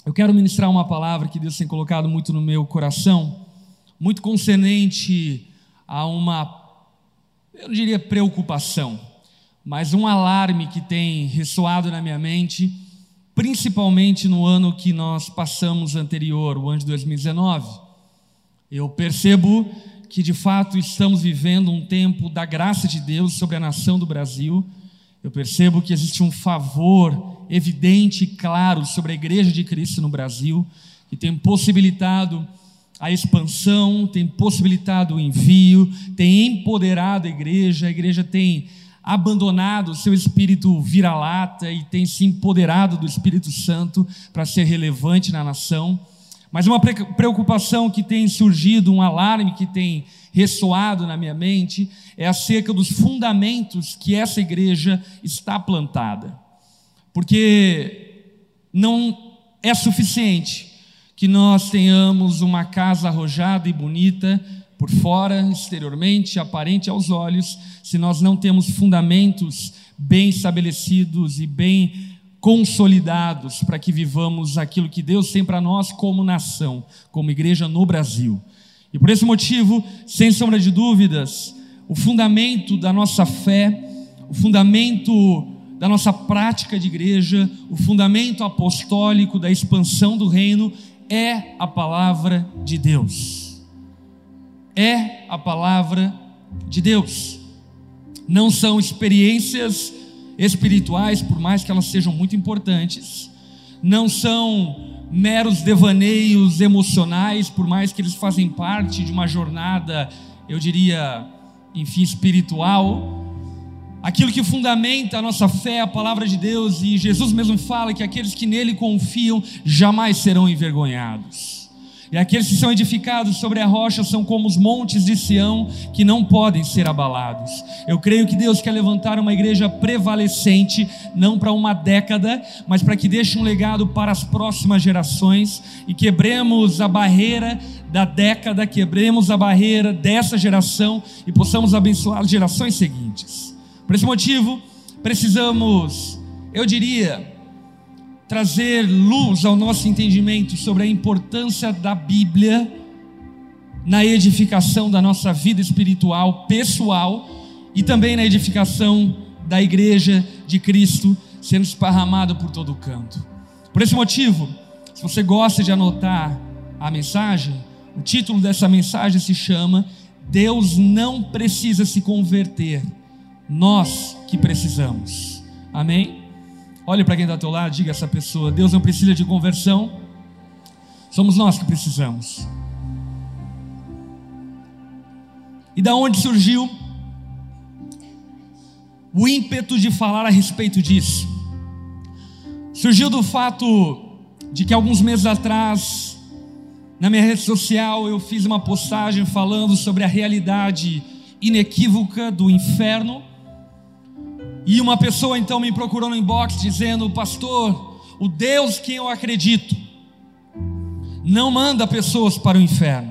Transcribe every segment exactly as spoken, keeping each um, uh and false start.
eu quero ministrar uma palavra que Deus tem colocado muito no meu coração, muito concernente a uma, eu não diria preocupação, mas um alarme que tem ressoado na minha mente, principalmente no ano que nós passamos anterior, o ano de dois mil e dezenove. Eu percebo que de fato estamos vivendo um tempo da graça de Deus sobre a nação do Brasil. Eu percebo que existe um favor evidente e claro sobre a Igreja de Cristo no Brasil, que tem possibilitado a expansão, tem possibilitado o envio, tem empoderado a igreja, a igreja tem abandonado o seu espírito vira-lata e tem se empoderado do Espírito Santo para ser relevante na nação. Mas uma preocupação que tem surgido, um alarme que tem ressoado na minha mente, é acerca dos fundamentos que essa igreja está plantada. Porque não é suficiente que nós tenhamos uma casa arrojada e bonita por fora, exteriormente, aparente aos olhos, se nós não temos fundamentos bem estabelecidos e bem consolidados para que vivamos aquilo que Deus tem para nós como nação, como igreja no Brasil. E por esse motivo, sem sombra de dúvidas, o fundamento da nossa fé, o fundamento da nossa prática de igreja, o fundamento apostólico da expansão do reino é a palavra de Deus. É a palavra de Deus. Não são experiências espirituais, por mais que elas sejam muito importantes. Não são meros devaneios emocionais, por mais que eles fazem parte de uma jornada, eu diria, enfim, espiritual. Aquilo que fundamenta a nossa fé é a palavra de Deus, e Jesus mesmo fala que aqueles que nele confiam jamais serão envergonhados. E aqueles que são edificados sobre a rocha são como os montes de Sião, que não podem ser abalados. Eu creio que Deus quer levantar uma igreja prevalecente, não para uma década, mas para que deixe um legado para as próximas gerações, e quebremos a barreira da década, quebremos a barreira dessa geração, e possamos abençoar as gerações seguintes. Por esse motivo, precisamos, eu diria, trazer luz ao nosso entendimento sobre a importância da Bíblia na edificação da nossa vida espiritual, pessoal, e também na edificação da igreja de Cristo, sendo esparramada por todo o canto. Por esse motivo, se você gosta de anotar a mensagem, o título dessa mensagem se chama Deus não precisa se converter, nós que precisamos. Amém? Olhe para quem está ao teu lado, diga a essa pessoa: Deus não precisa de conversão, somos nós que precisamos. E da onde surgiu o ímpeto de falar a respeito disso? Surgiu do fato de que alguns meses atrás, na minha rede social, eu fiz uma postagem falando sobre a realidade inequívoca do inferno. E uma pessoa então me procurou no inbox dizendo: pastor, o Deus que eu acredito não manda pessoas para o inferno.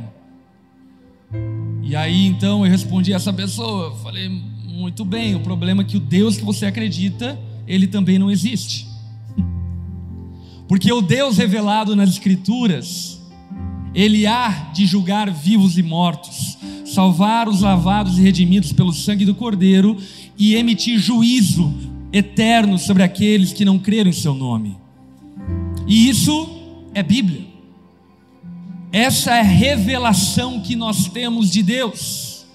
E aí então eu respondi a essa pessoa, falei: muito bem, o problema é que o Deus que você acredita, ele também não existe. Porque o Deus revelado nas Escrituras, ele há de julgar vivos e mortos, salvar os lavados e redimidos pelo sangue do Cordeiro, e emitir juízo eterno sobre aqueles que não creram em seu nome. E isso é Bíblia. Essa é a revelação que nós temos de Deus.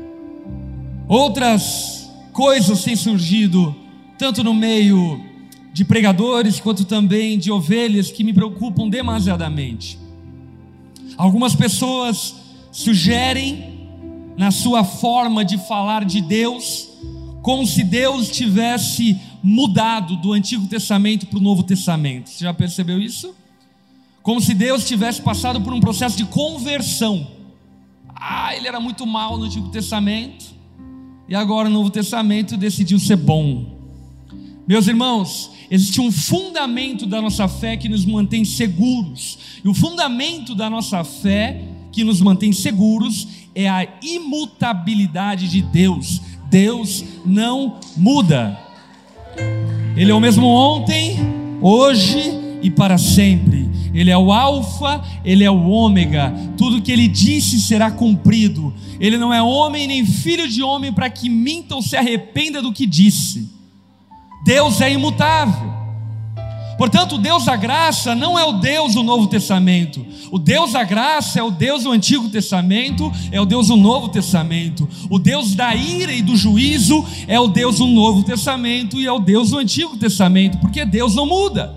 Outras coisas têm surgido, tanto no meio de pregadores, quanto também de ovelhas, que me preocupam demasiadamente. Algumas pessoas sugerem, na sua forma de falar de Deus, como se Deus tivesse mudado do Antigo Testamento para o Novo Testamento. Você já percebeu isso? Como se Deus tivesse passado por um processo de conversão. Ah, ele era muito mal no Antigo Testamento, e agora no Novo Testamento decidiu ser bom. Meus irmãos, existe um fundamento da nossa fé que nos mantém seguros. E o fundamento da nossa fé que nos mantém seguros é a imutabilidade de Deus. Deus não muda. Ele é o mesmo ontem, hoje e para sempre. Ele é o alfa, Ele é o ômega, tudo que Ele disse será cumprido. Ele não é homem nem filho de homem para que minta ou se arrependa do que disse. Deus é imutável. Portanto, o Deus da graça não é o Deus do Novo Testamento. O Deus da graça é o Deus do Antigo Testamento, é o Deus do Novo Testamento. O Deus da ira e do juízo é o Deus do Novo Testamento e é o Deus do Antigo Testamento, porque Deus não muda.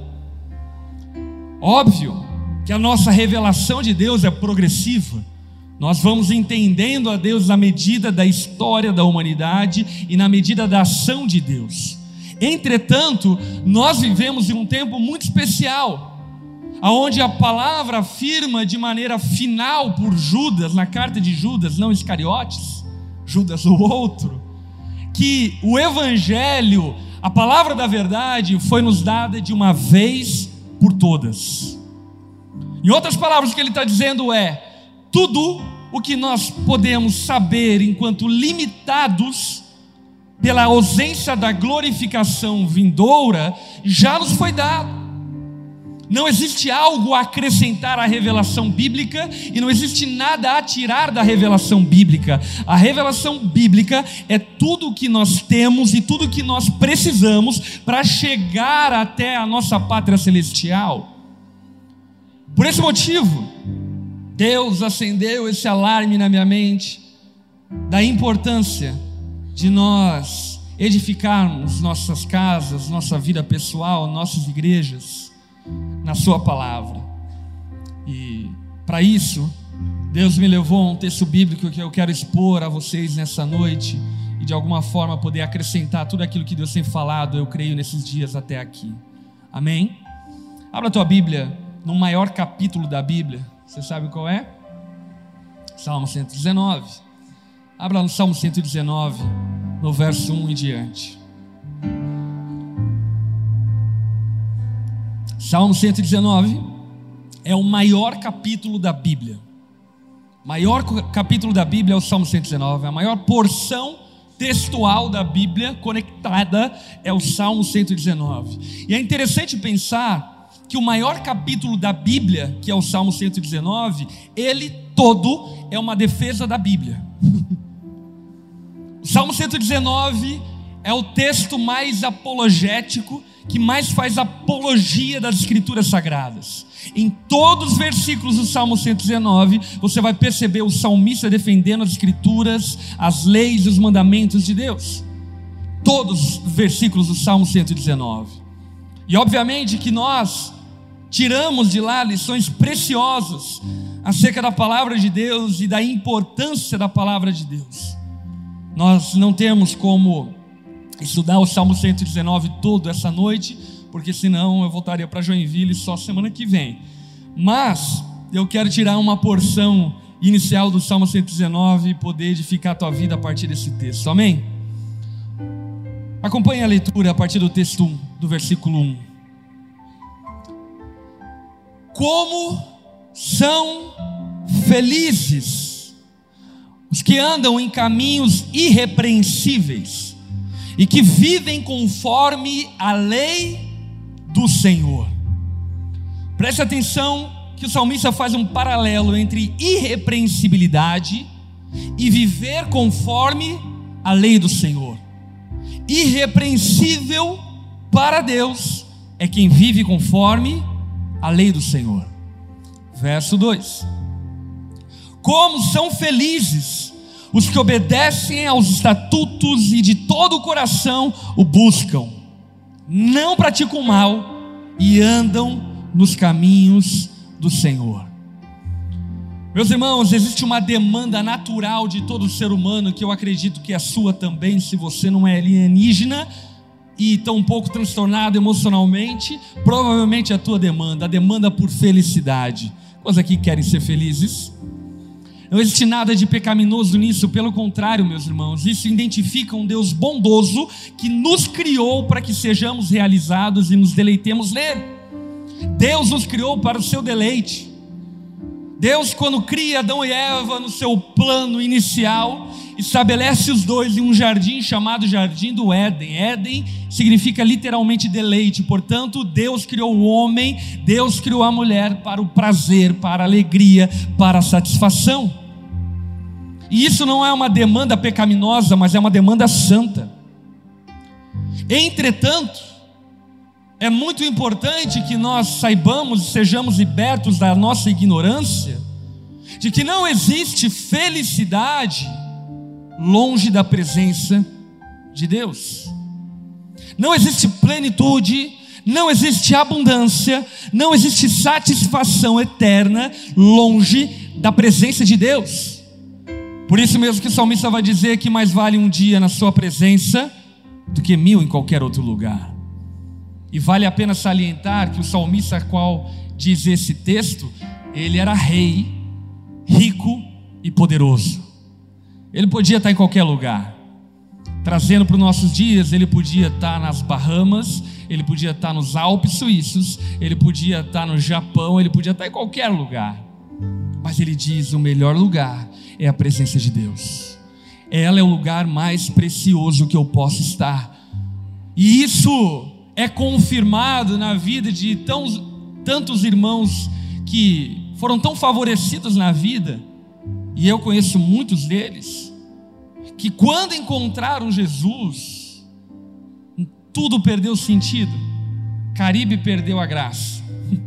Óbvio que a nossa revelação de Deus é progressiva. Nós vamos entendendo a Deus na medida da história da humanidade e na medida da ação de Deus. Entretanto, nós vivemos em um tempo muito especial, onde a palavra afirma de maneira final por Judas, na carta de Judas, não Iscariotes, Judas o outro, que o evangelho, a palavra da verdade, foi nos dada de uma vez por todas. Em outras palavras, o que ele está dizendo é: tudo o que nós podemos saber enquanto limitados pela ausência da glorificação vindoura, já nos foi dado. Não existe algo a acrescentar à revelação bíblica e não existe nada a tirar da revelação bíblica. A revelação bíblica é tudo o que nós temos e tudo o que nós precisamos para chegar até a nossa pátria celestial. Por esse motivo, Deus acendeu esse alarme na minha mente da importância de nós edificarmos nossas casas, nossa vida pessoal, nossas igrejas na sua palavra. E para isso, Deus me levou a um texto bíblico que eu quero expor a vocês nessa noite e de alguma forma poder acrescentar tudo aquilo que Deus tem falado, eu creio, nesses dias até aqui. Amém? Abra a tua Bíblia no maior capítulo da Bíblia. Você sabe qual é? Salmo cento e dezenove. Abra no Salmo cento e dezenove, no verso um em diante. Salmo cento e dezenove é o maior capítulo da Bíblia. O maior capítulo da Bíblia é o Salmo cento e dezenove. A maior porção textual da Bíblia conectada é o Salmo cento e dezenove. E é interessante pensar que o maior capítulo da Bíblia, que é o Salmo cento e dezenove, ele todo é uma defesa da Bíblia. O Salmo cento e dezenove é o texto mais apologético, que mais faz apologia das Escrituras Sagradas. Em todos os versículos do Salmo cento e dezenove, você vai perceber o salmista defendendo as Escrituras, as leis e os mandamentos de Deus. Todos os versículos do Salmo cento e dezenove. E obviamente que nós tiramos de lá lições preciosas acerca da palavra de Deus e da importância da palavra de Deus. Nós não temos como estudar o Salmo cento e dezenove todo essa noite, porque senão eu voltaria para Joinville só semana que vem. Mas eu quero tirar uma porção inicial do Salmo cento e dezenove e poder edificar a tua vida a partir desse texto. Amém? Acompanhe a leitura a partir do texto um, do versículo um. Como são felizes os que andam em caminhos irrepreensíveis e que vivem conforme a lei do Senhor. Preste atenção que o salmista faz um paralelo entre irrepreensibilidade e viver conforme a lei do Senhor. Irrepreensível para Deus é quem vive conforme a lei do Senhor. Verso dois. Como são felizes os que obedecem aos estatutos e de todo o coração o buscam, não praticam mal e andam nos caminhos do Senhor. Meus irmãos, existe uma demanda natural de todo ser humano, que eu acredito que é a sua também, se você não é alienígena e tão um pouco transtornado emocionalmente, provavelmente é a tua demanda, a demanda por felicidade. Quantos aqui querem ser felizes? Não existe nada de pecaminoso nisso, pelo contrário, meus irmãos, isso identifica um Deus bondoso que nos criou para que sejamos realizados e nos deleitemos nele. Deus nos criou para o seu deleite. Deus, quando cria Adão e Eva no seu plano inicial, estabelece os dois em um jardim chamado Jardim do Éden. Éden significa literalmente deleite. Portanto, Deus criou o homem, Deus criou a mulher para o prazer, para a alegria, para a satisfação. E isso não é uma demanda pecaminosa, mas é uma demanda santa. Entretanto, é muito importante que nós saibamos e sejamos libertos da nossa ignorância, de que não existe felicidade longe da presença de Deus. Não existe plenitude, não existe abundância, não existe satisfação eterna longe da presença de Deus. Por isso mesmo que o salmista vai dizer que mais vale um dia na sua presença do que mil em qualquer outro lugar. E vale a pena salientar que o salmista a qual diz esse texto, ele era rei, rico e poderoso. Ele podia estar em qualquer lugar. Trazendo para os nossos dias, ele podia estar nas Bahamas, ele podia estar nos Alpes suíços, ele podia estar no Japão, ele podia estar em qualquer lugar. Mas ele diz: o melhor lugar é a presença de Deus. Ela é o lugar mais precioso que eu posso estar. E isso é confirmado na vida de tão, tantos irmãos que foram tão favorecidos na vida, e eu conheço muitos deles, que quando encontraram Jesus, tudo perdeu sentido. Caribe perdeu a graça.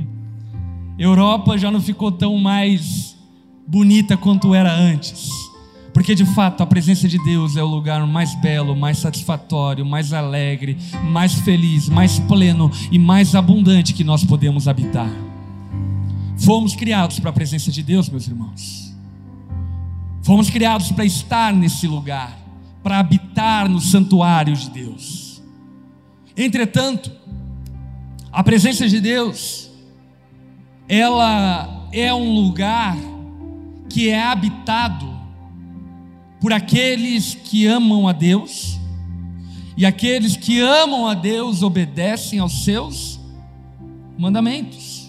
Europa já não ficou tão mais bonita quanto era antes. Porque de fato a presença de Deus é o lugar mais belo, mais satisfatório, mais alegre, mais feliz, mais pleno e mais abundante que nós podemos habitar. Fomos criados para a presença de Deus, meus irmãos. Fomos criados para estar nesse lugar, para habitar no santuário de Deus. Entretanto, a presença de Deus, ela é um lugar que é habitado por aqueles que amam a Deus, e aqueles que amam a Deus obedecem aos seus mandamentos.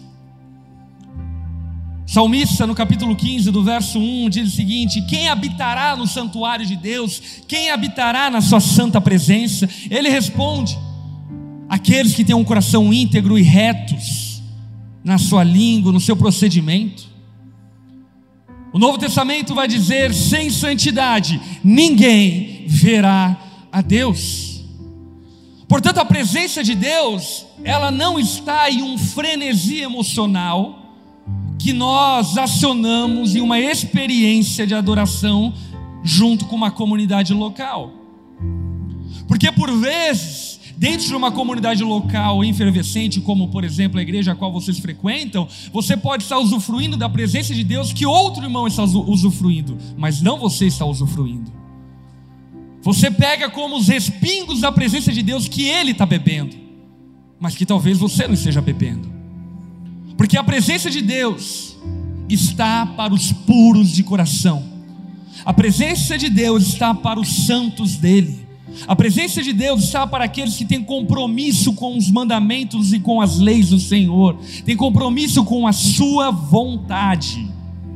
O salmista no capítulo quinze do verso um diz o seguinte: quem habitará no santuário de Deus? Quem habitará na sua santa presença? Ele responde: aqueles que têm um coração íntegro e retos na sua língua, no seu procedimento. O Novo Testamento vai dizer: sem santidade ninguém verá a Deus. Portanto, a presença de Deus, ela não está em um frenesi emocional que nós acionamos em uma experiência de adoração junto com uma comunidade local. Porque por vezes, dentro de uma comunidade local efervescente, como por exemplo a igreja a qual vocês frequentam, você pode estar usufruindo da presença de Deus que outro irmão está usufruindo, mas não você está usufruindo. Você pega como os respingos da presença de Deus que ele está bebendo, mas que talvez você não esteja bebendo. Porque a presença de Deus está para os puros de coração. A presença de Deus está para os santos dele. A presença de Deus está para aqueles que têm compromisso com os mandamentos e com as leis do Senhor, têm compromisso com a sua vontade.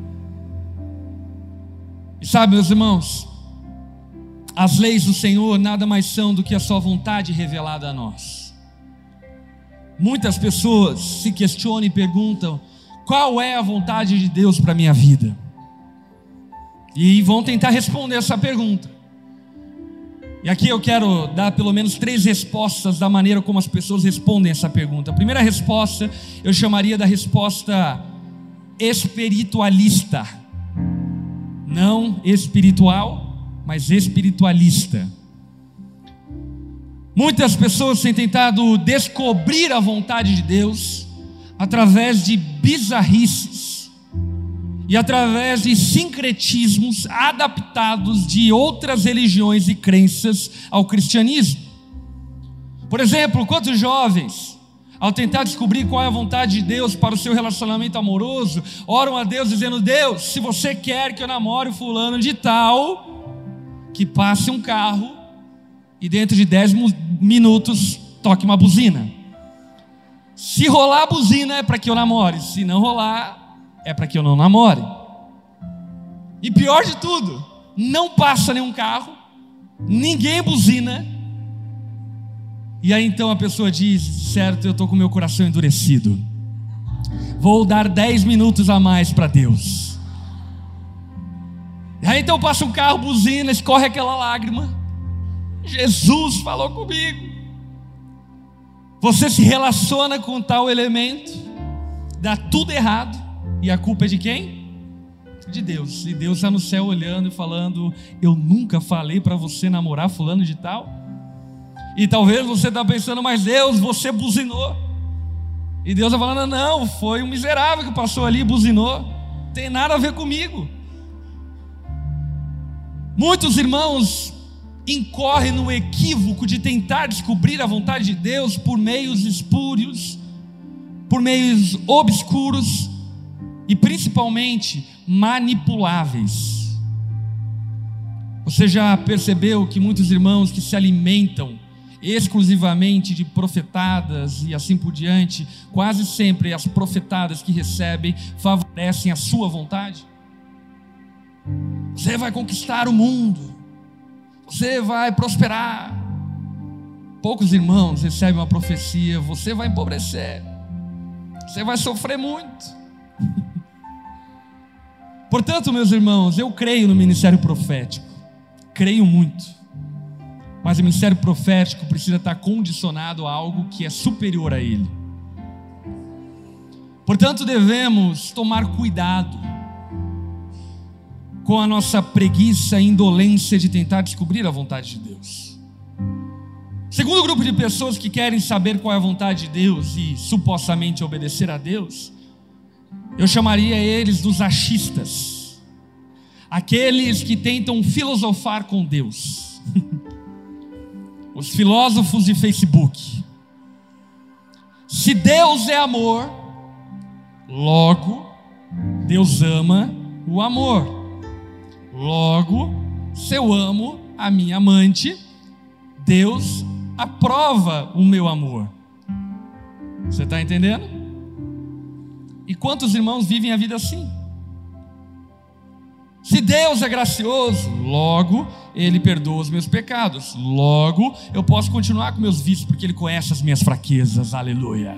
E sabe, meus irmãos, as leis do Senhor nada mais são do que a sua vontade revelada a nós. Muitas pessoas se questionam e perguntam: qual é a vontade de Deus para a minha vida? E vão tentar responder essa pergunta. E aqui eu quero dar pelo menos três respostas da maneira como as pessoas respondem essa pergunta. A primeira resposta eu chamaria da resposta espiritualista. Não espiritual, mas espiritualista. Muitas pessoas têm tentado descobrir a vontade de Deus através de bizarrices e através de sincretismos adaptados de outras religiões e crenças ao cristianismo. Por exemplo, quantos jovens, ao tentar descobrir qual é a vontade de Deus para o seu relacionamento amoroso, oram a Deus dizendo: Deus, se você quer que eu namore o fulano de tal, que passe um carro e dentro de dez minutos toque uma buzina. Se rolar a buzina é para que eu namore, se não rolar, é para que eu não namore. E pior de tudo, não passa nenhum carro, ninguém buzina. E aí então a pessoa diz: certo, eu estou com meu coração endurecido, vou dar dez minutos a mais para Deus. E aí então passa um carro, buzina, escorre aquela lágrima. Jesus falou comigo. Você se relaciona com tal elemento, dá tudo errado, e a culpa é de quem? De Deus. E Deus está no céu olhando e falando: eu nunca falei para você namorar fulano de tal. E talvez você está pensando: mas Deus, você buzinou. E Deus está falando: não, foi um miserável que passou ali e buzinou, não tem nada a ver comigo. Muitos irmãos incorrem no equívoco de tentar descobrir a vontade de Deus por meios espúrios, por meios obscuros e principalmente manipuláveis. Você já percebeu que muitos irmãos que se alimentam exclusivamente de profetadas e assim por diante, quase sempre as profetadas que recebem favorecem a sua vontade? Você vai conquistar o mundo, você vai prosperar. Poucos irmãos recebem uma profecia: você vai empobrecer, você vai sofrer muito. Portanto, meus irmãos, eu creio no ministério profético, creio muito, mas o ministério profético precisa estar condicionado a algo que é superior a ele. Portanto, devemos tomar cuidado com a nossa preguiça e indolência de tentar descobrir a vontade de Deus. Segundo grupo de pessoas que querem saber qual é a vontade de Deus e supostamente obedecer a Deus, eu chamaria eles dos achistas, aqueles que tentam filosofar com Deus, os filósofos de Facebook. Se Deus é amor, logo Deus ama o amor. Logo, se eu amo a minha amante, Deus aprova o meu amor. Você está entendendo? E quantos irmãos vivem a vida assim? Se Deus é gracioso, logo Ele perdoa os meus pecados, logo eu posso continuar com meus vícios, porque Ele conhece as minhas fraquezas. Aleluia.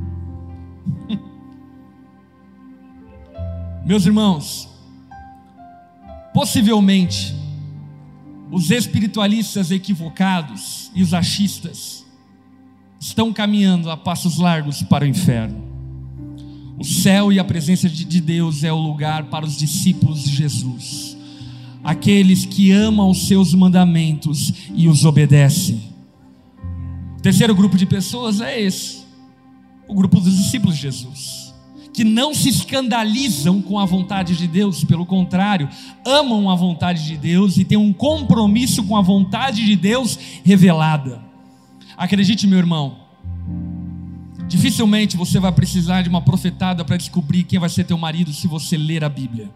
Meus irmãos, possivelmente os espiritualistas equivocados e os achistas estão caminhando a passos largos para o inferno. O céu e a presença de Deus é o lugar para os discípulos de Jesus, aqueles que amam os seus mandamentos e os obedecem. O terceiro grupo de pessoas é esse, o grupo dos discípulos de Jesus, que não se escandalizam com a vontade de Deus, pelo contrário, amam a vontade de Deus e têm um compromisso com a vontade de Deus revelada. Acredite, meu irmão, dificilmente você vai precisar de uma profetada para descobrir quem vai ser teu marido se você ler a Bíblia.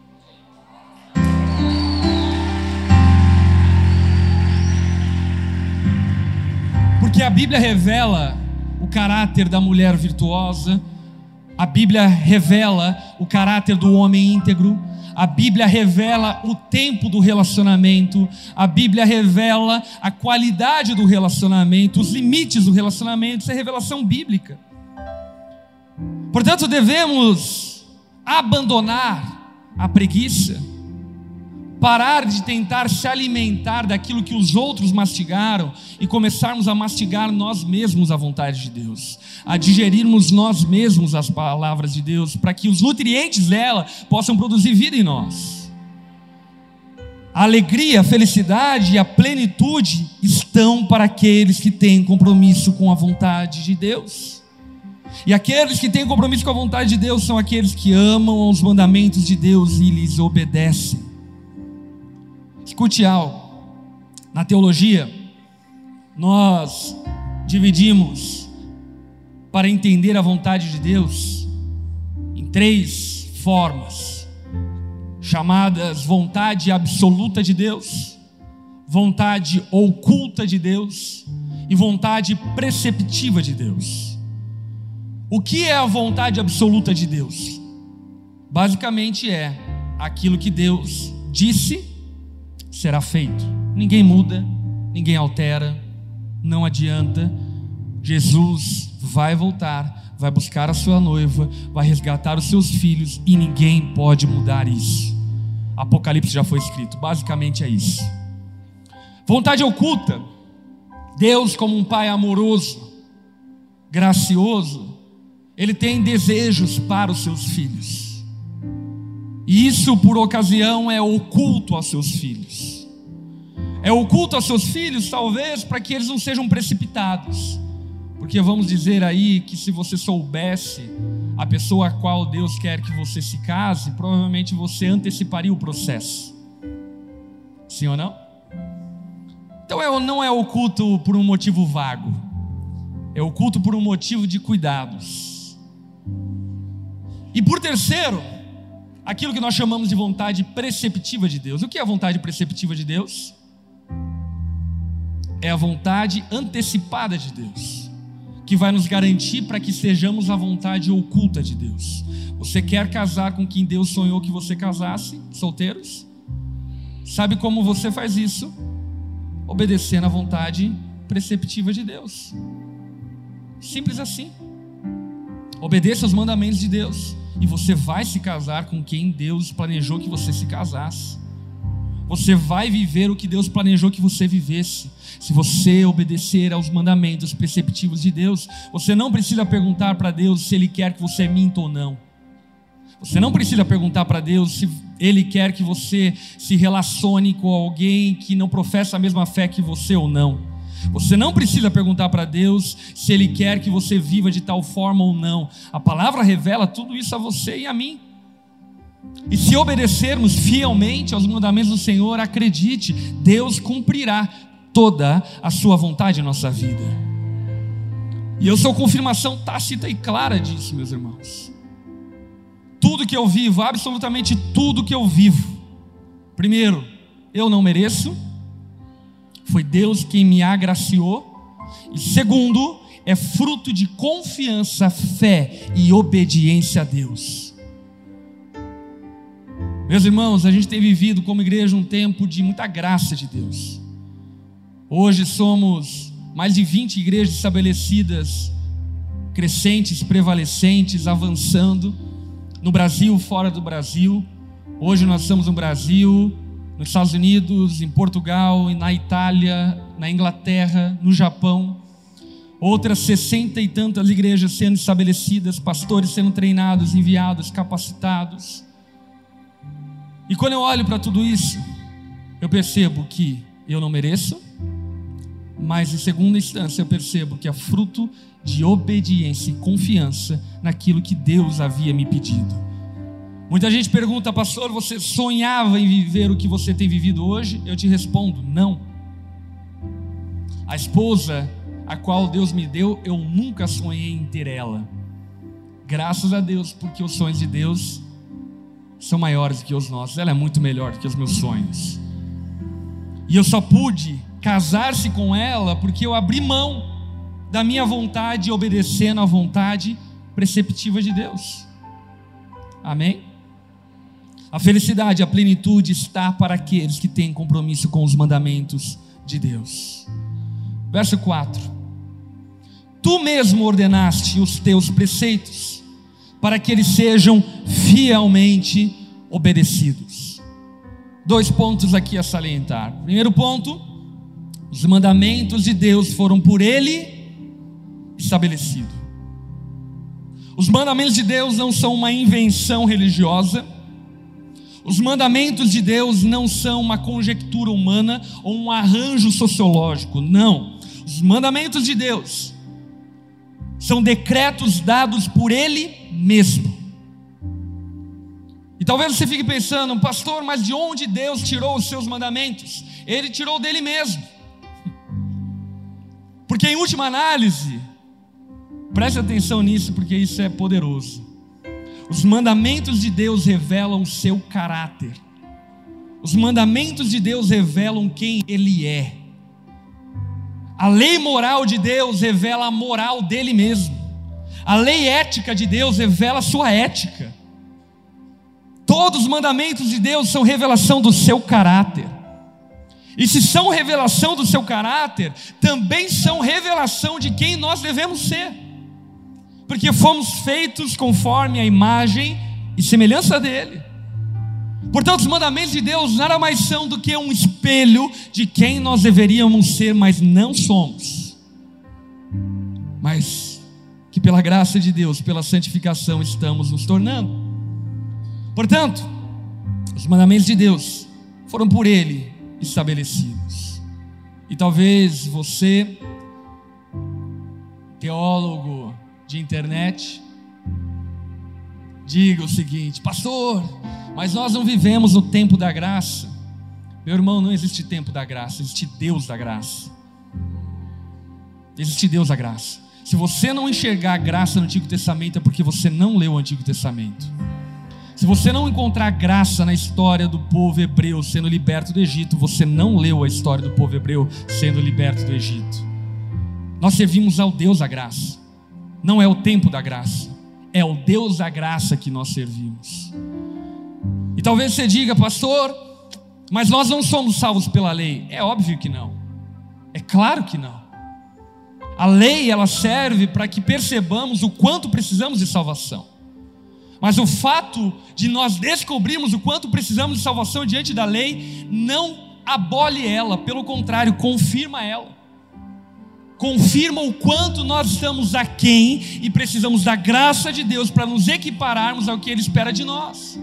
Porque a Bíblia revela o caráter da mulher virtuosa, a Bíblia revela o caráter do homem íntegro, a Bíblia revela o tempo do relacionamento, a Bíblia revela a qualidade do relacionamento, os limites do relacionamento. Isso é revelação bíblica. Portanto, devemos abandonar a preguiça, parar de tentar se alimentar daquilo que os outros mastigaram e começarmos a mastigar nós mesmos a vontade de Deus, a digerirmos nós mesmos as palavras de Deus, para que os nutrientes dela possam produzir vida em nós. A alegria, a felicidade e a plenitude estão para aqueles que têm compromisso com a vontade de Deus. E aqueles que têm compromisso com a vontade de Deus são aqueles que amam os mandamentos de Deus e lhes obedecem. Escute algo, na teologia nós dividimos, para entender a vontade de Deus, em três formas, chamadas vontade absoluta de Deus, vontade oculta de Deus e vontade preceptiva de Deus. O que é a vontade absoluta de Deus? basicamente é: aquilo que Deus disse será feito. Ninguém muda, ninguém altera, não adianta. Jesus vai voltar, vai buscar a sua noiva, vai resgatar os seus filhos, e ninguém pode mudar isso. Apocalipse já foi escrito, basicamente é isso. Vontade oculta. Deus, como um pai amoroso, gracioso, Ele tem desejos para os seus filhos, e isso por ocasião é oculto aos seus filhos. É oculto aos seus filhos talvez para que eles não sejam precipitados, porque vamos dizer aí que se você soubesse a pessoa a qual Deus quer que você se case, provavelmente você anteciparia o processo. Sim ou não? Então não é oculto por um motivo vago, é oculto por um motivo de cuidados. E por terceiro, aquilo que nós chamamos de vontade preceptiva de Deus. O que é a vontade preceptiva de Deus? É a vontade antecipada de Deus, que vai nos garantir para que sejamos a vontade oculta de Deus. Você quer casar com quem Deus sonhou que você casasse? Solteiros? Sabe como você faz isso? Obedecendo a vontade preceptiva de Deus. Simples assim. Obedeça aos mandamentos de Deus, e você vai se casar com quem Deus planejou que você se casasse. Você vai viver o que Deus planejou que você vivesse. Se você obedecer aos mandamentos preceptivos de Deus, você não precisa perguntar para Deus se Ele quer que você minta ou não. Você não precisa perguntar para Deus se Ele quer que você se relacione com alguém que não professa a mesma fé que você ou não. Você não precisa perguntar para Deus se Ele quer que você viva de tal forma ou não. A palavra revela tudo isso a você e a mim. E se obedecermos fielmente aos mandamentos do Senhor, acredite, Deus cumprirá toda a sua vontade em nossa vida. E eu sou confirmação tácita e clara disso, meus irmãos. Tudo que eu vivo, absolutamente tudo que eu vivo, primeiro, eu não mereço, foi Deus quem me agraciou. E segundo, é fruto de confiança, fé e obediência a Deus. Meus irmãos, a gente tem vivido como igreja um tempo de muita graça de Deus. Hoje somos mais de vinte igrejas estabelecidas, crescentes, prevalecentes, avançando, no Brasil, fora do Brasil. Hoje nós estamos no Brasil, nos Estados Unidos, em Portugal, na Itália, na Inglaterra, no Japão. Outras sessenta e tantas igrejas sendo estabelecidas, pastores sendo treinados, enviados, capacitados. E quando eu olho para tudo isso, eu percebo que eu não mereço, mas em segunda instância eu percebo que é fruto de obediência e confiança naquilo que Deus havia me pedido. Muita gente pergunta: pastor, você sonhava em viver o que você tem vivido hoje? Eu te respondo: não. A esposa a qual Deus me deu, eu nunca sonhei em ter ela. Graças a Deus, porque os sonhos de Deus são maiores do que os nossos. Ela é muito melhor do que os meus sonhos. E eu só pude casar-se com ela porque eu abri mão da minha vontade, obedecendo à vontade preceptiva de Deus. Amém? A felicidade, a plenitude está para aqueles que têm compromisso com os mandamentos de Deus. Verso quatro: tu mesmo ordenaste os teus preceitos, para que eles sejam fielmente obedecidos. Dois pontos aqui a salientar. Primeiro ponto: os mandamentos de Deus foram por Ele estabelecidos. Os mandamentos de Deus não são uma invenção religiosa. Os mandamentos de Deus não são uma conjectura humana ou um arranjo sociológico. Não. Os mandamentos de Deus são decretos dados por Ele mesmo. E talvez você fique pensando: pastor, mas de onde Deus tirou os seus mandamentos? Ele tirou dele mesmo. Porque em última análise, preste atenção nisso, porque isso é poderoso. Os mandamentos de Deus revelam o seu caráter. Os mandamentos de Deus revelam quem Ele é. A lei moral de Deus revela a moral dele mesmo. A lei ética de Deus revela a sua ética. Todos os mandamentos de Deus são revelação do seu caráter. E se são revelação do seu caráter, também são revelação de quem nós devemos ser. Porque fomos feitos conforme a imagem e semelhança dele. Portanto, os mandamentos de Deus nada mais são do que um espelho de quem nós deveríamos ser, mas não somos. Mas que pela graça de Deus, pela santificação, estamos nos tornando. Portanto, os mandamentos de Deus foram por Ele estabelecidos. E talvez você, teólogo de internet, diga o seguinte: pastor, mas nós não vivemos no tempo da graça. Meu irmão, não existe tempo da graça, existe Deus da graça. Existe Deus da graça. Se você não enxergar a graça no Antigo Testamento, é porque você não leu o Antigo Testamento. Se você não encontrar graça na história do povo hebreu sendo liberto do Egito, você não leu a história do povo hebreu sendo liberto do Egito. Nós servimos ao Deus da graça. Não é o tempo da graça, é o Deus da graça que nós servimos. E talvez você diga: pastor, mas nós não somos salvos pela lei. É óbvio que não. É claro que não. A lei, ela serve para que percebamos o quanto precisamos de salvação. Mas o fato de nós descobrirmos o quanto precisamos de salvação diante da lei não abole ela, pelo contrário, confirma ela. Confirma o quanto nós estamos aquém e precisamos da graça de Deus para nos equipararmos ao que Ele espera de nós.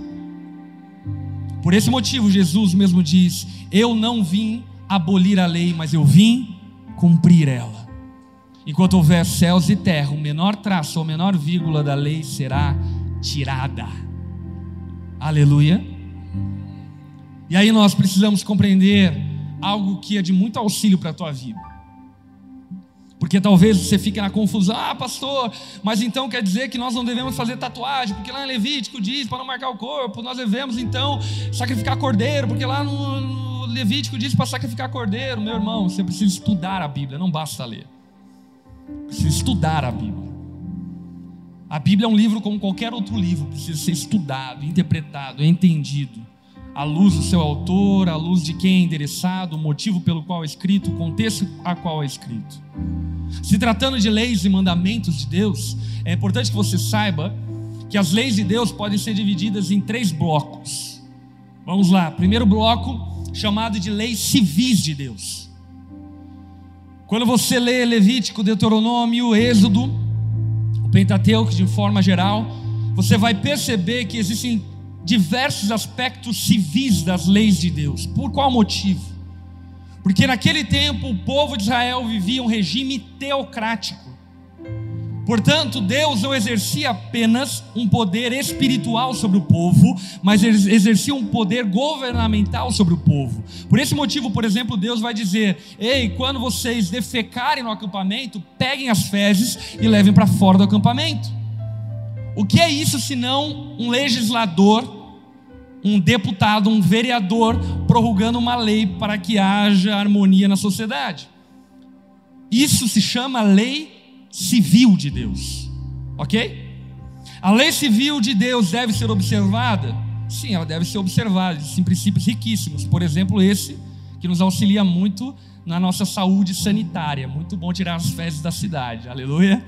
Por esse motivo, Jesus mesmo diz: eu não vim abolir a lei, mas eu vim cumprir ela. Enquanto houver céus e terra, o menor traço ou menor vírgula da lei será tirada. Aleluia. E aí nós precisamos compreender algo que é de muito auxílio para a tua vida. Porque talvez você fique na confusão: ah, pastor, mas então quer dizer que nós não devemos fazer tatuagem, porque lá em Levítico diz para não marcar o corpo, nós devemos então sacrificar cordeiro, porque lá no, no Levítico diz para sacrificar cordeiro. Meu irmão, você precisa estudar a Bíblia, não basta ler. Precisa estudar a Bíblia. A Bíblia é um livro como qualquer outro livro, precisa ser estudado, interpretado, entendido, à luz do seu autor, à luz de quem é endereçado, o motivo pelo qual é escrito, o contexto a qual é escrito. Se tratando de leis e mandamentos de Deus, é importante que você saiba que as leis de Deus podem ser divididas em três blocos. Vamos lá, primeiro bloco, chamado de leis civis de Deus. Quando você lê Levítico, Deuteronômio, Êxodo, o Pentateuco de forma geral, você vai perceber que existem diversos aspectos civis das leis de Deus. Por qual motivo? Porque naquele tempo o povo de Israel vivia um regime teocrático. Portanto, Deus não exercia apenas um poder espiritual sobre o povo, mas exercia um poder governamental sobre o povo. Por esse motivo, por exemplo, Deus vai dizer: ei, quando vocês defecarem no acampamento, peguem as fezes e levem para fora do acampamento. O que é isso senão um legislador, um deputado, um vereador prorrogando uma lei para que haja harmonia na sociedade? Isso se chama lei civil de Deus, ok? A lei civil de Deus deve ser observada? Sim, ela deve ser observada. Existem princípios riquíssimos, por exemplo esse, que nos auxilia muito na nossa saúde sanitária. Muito bom tirar as fezes da cidade, aleluia.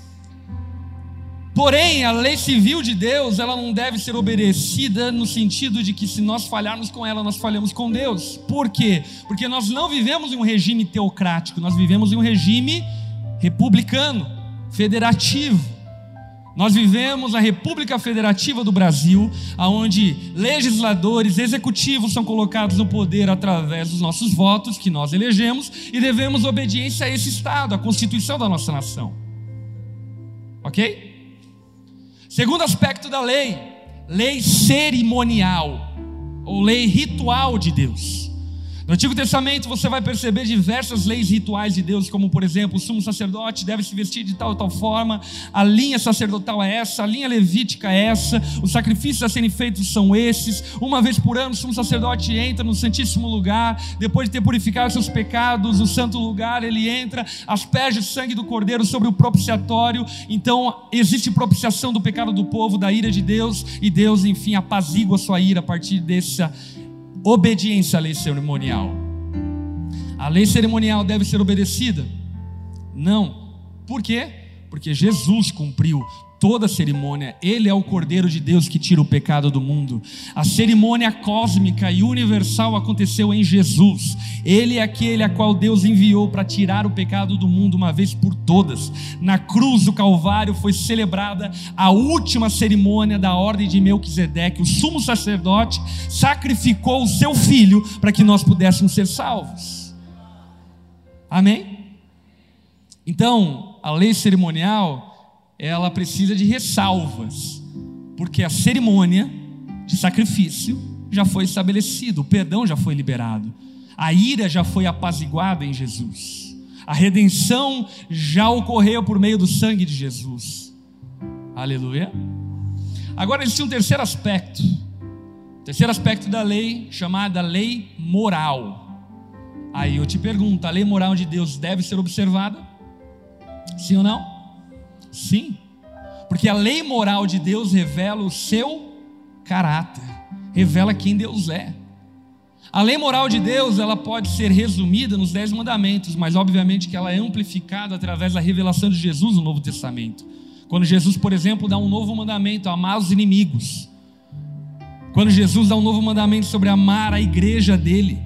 Porém, a lei civil de Deus, ela não deve ser obedecida no sentido de que se nós falharmos com ela, nós falhamos com Deus. Por quê? Porque nós não vivemos em um regime teocrático, nós vivemos em um regime republicano, federativo. Nós vivemos a República Federativa do Brasil, onde legisladores, executivos são colocados no poder através dos nossos votos que nós elegemos, e devemos obediência a esse Estado, à Constituição da nossa nação. Ok? Segundo aspecto da lei, lei cerimonial, ou lei ritual de Deus. No Antigo Testamento você vai perceber diversas leis rituais de Deus, como por exemplo, o sumo sacerdote deve se vestir de tal e tal forma, a linha sacerdotal é essa, a linha levítica é essa, os sacrifícios a serem feitos são esses. Uma vez por ano o sumo sacerdote entra no santíssimo lugar, depois de ter purificado seus pecados, o santo lugar, ele entra, asperge o sangue do cordeiro sobre o propiciatório. Então existe propiciação do pecado do povo, da ira de Deus, e Deus enfim apazigua a sua ira a partir dessa obediência à lei cerimonial. A lei cerimonial deve ser obedecida? Não. Por quê? Porque Jesus cumpriu toda a cerimônia. Ele é o Cordeiro de Deus que tira o pecado do mundo. A cerimônia cósmica e universal aconteceu em Jesus. Ele é aquele a qual Deus enviou para tirar o pecado do mundo uma vez por todas. Na cruz do Calvário foi celebrada a última cerimônia da ordem de Melquisedeque. O sumo sacerdote sacrificou o seu filho para que nós pudéssemos ser salvos. Amém? Então, a lei cerimonial, ela precisa de ressalvas, porque a cerimônia de sacrifício já foi estabelecida, o perdão já foi liberado, a ira já foi apaziguada em Jesus, a redenção já ocorreu por meio do sangue de Jesus. Aleluia. Agora existe um terceiro aspecto, terceiro aspecto da lei, chamada lei moral. Aí eu te pergunto, a lei moral de Deus deve ser observada? Sim ou não? Sim, porque a lei moral de Deus revela o seu caráter, revela quem Deus é. A lei moral de Deus, ela pode ser resumida nos dez mandamentos, mas obviamente que ela é amplificada através da revelação de Jesus no Novo Testamento. Quando Jesus, por exemplo, dá um novo mandamento, amar os inimigos. Quando Jesus dá um novo mandamento sobre amar a igreja dele.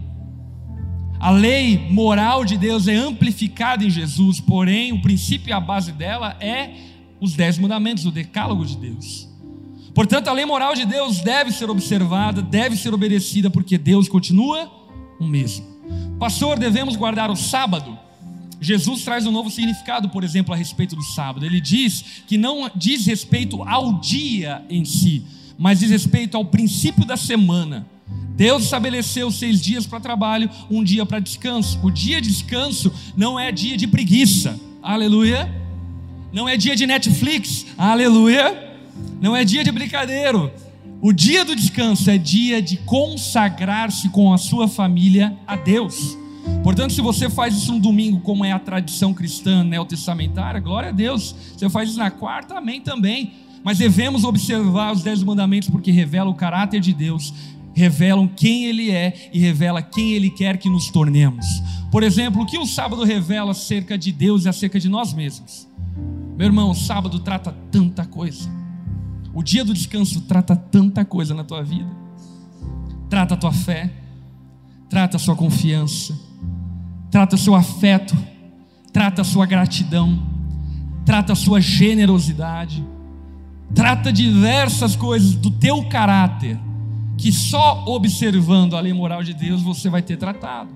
A lei moral de Deus é amplificada em Jesus, porém o princípio e a base dela é os dez mandamentos, o decálogo de Deus. Portanto, a lei moral de Deus deve ser observada, deve ser obedecida, porque Deus continua o mesmo. Pastor, devemos guardar o sábado? Jesus traz um novo significado, por exemplo, a respeito do sábado. Ele diz que não diz respeito ao dia em si, mas diz respeito ao princípio da semana. Deus estabeleceu seis dias para trabalho, um dia para descanso. O dia de descanso não é dia de preguiça, aleluia. Não é dia de Netflix, aleluia. Não é dia de brincadeira. O dia do descanso é dia de consagrar-se com a sua família a Deus. Portanto, se você faz isso no domingo, como é a tradição cristã neotestamentária, glória a Deus. Se você faz isso na quarta, amém também. Mas devemos observar os dez mandamentos, porque revelam o caráter de Deus, revelam quem Ele é e revela quem Ele quer que nos tornemos. Por exemplo, o que o sábado revela acerca de Deus e acerca de nós mesmos? Meu irmão, o sábado trata tanta coisa. O dia do descanso trata tanta coisa na tua vida. Trata a tua fé, trata a sua confiança, trata o seu afeto, trata a sua gratidão, trata a sua generosidade, trata diversas coisas do teu caráter, que só observando a lei moral de Deus você vai ter tratado.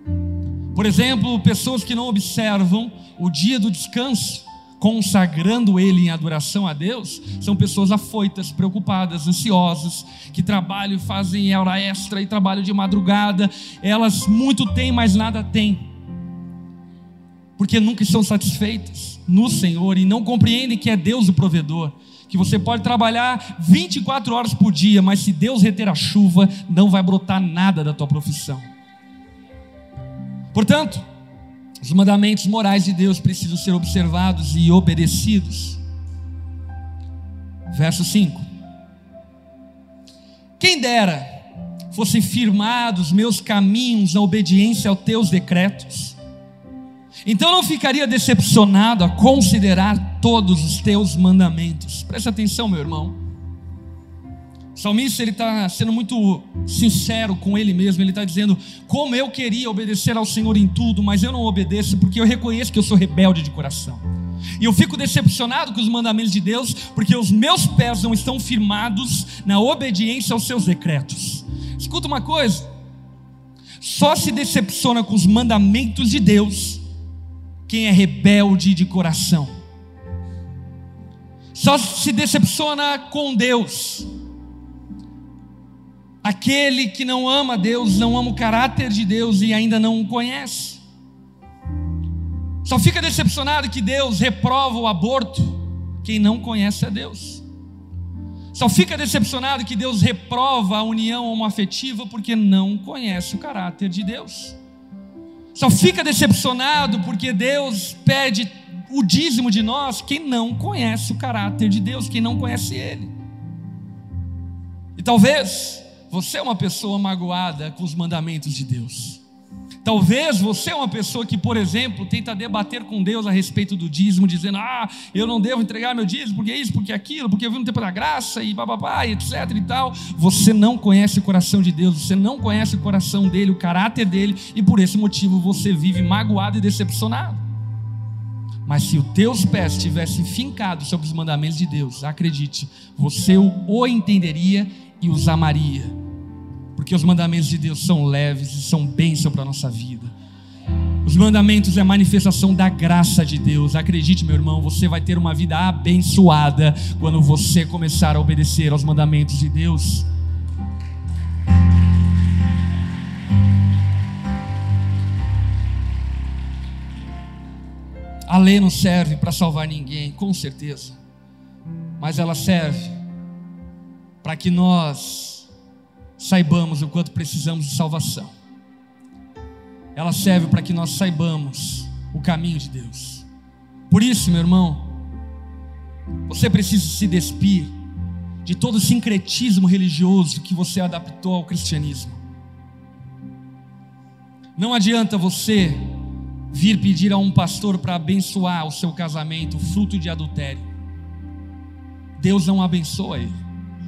Por exemplo, pessoas que não observam o dia do descanso, consagrando ele em adoração a Deus, são pessoas afoitas, preocupadas, ansiosas, que trabalham, fazem hora extra e trabalham de madrugada. Elas muito têm, mas nada têm, porque nunca estão satisfeitas no Senhor e não compreendem que é Deus o provedor, que você pode trabalhar vinte e quatro horas por dia, mas se Deus reter a chuva, não vai brotar nada da tua profissão. Portanto, os mandamentos morais de Deus precisam ser observados e obedecidos. Verso cinco. Quem dera fossem firmados meus caminhos na obediência aos teus decretos, então não ficaria decepcionado a considerar todos os teus mandamentos. Presta atenção, meu irmão. O salmista, ele está sendo muito sincero com ele mesmo. Ele está dizendo: como eu queria obedecer ao Senhor em tudo, mas eu não obedeço porque eu reconheço que eu sou rebelde de coração. E eu fico decepcionado com os mandamentos de Deus, porque os meus pés não estão firmados na obediência aos seus decretos. Escuta uma coisa: só se decepciona com os mandamentos de Deus quem é rebelde de coração. Só se decepciona com Deus Aquele que não ama Deus, não ama o caráter de Deus e ainda não o conhece. Só fica decepcionado que Deus reprova o aborto quem não conhece a Deus. Só fica decepcionado que Deus reprova a união homoafetiva porque não conhece o caráter de Deus. Só fica decepcionado porque Deus pede o dízimo de nós quem não conhece o caráter de Deus, quem não conhece Ele. E talvez você é uma pessoa magoada com os mandamentos de Deus. Talvez você é uma pessoa que, por exemplo, tenta debater com Deus a respeito do dízimo, dizendo: ah, eu não devo entregar meu dízimo, porque isso, porque aquilo, porque eu vivo no tempo da graça, e bababá, e etc e tal. Você não conhece o coração de Deus, você não conhece o coração dele, o caráter dele, e por esse motivo você vive magoado e decepcionado. Mas se os teus pés estivessem fincados sobre os mandamentos de Deus, acredite, você o entenderia e os amaria, porque os mandamentos de Deus são leves e são bênção para a nossa vida. Os mandamentos é a manifestação da graça de Deus. Acredite, meu irmão, você vai ter uma vida abençoada quando você começar a obedecer aos mandamentos de Deus. A lei não serve para salvar ninguém, com certeza, mas ela serve para que nós saibamos o quanto precisamos de salvação. Ela serve para que nós saibamos o caminho de Deus. Por isso, meu irmão, você precisa se despir de todo o sincretismo religioso que você adaptou ao cristianismo. Não adianta você vir pedir a um pastor para abençoar o seu casamento, fruto de adultério. Deus não abençoa ele.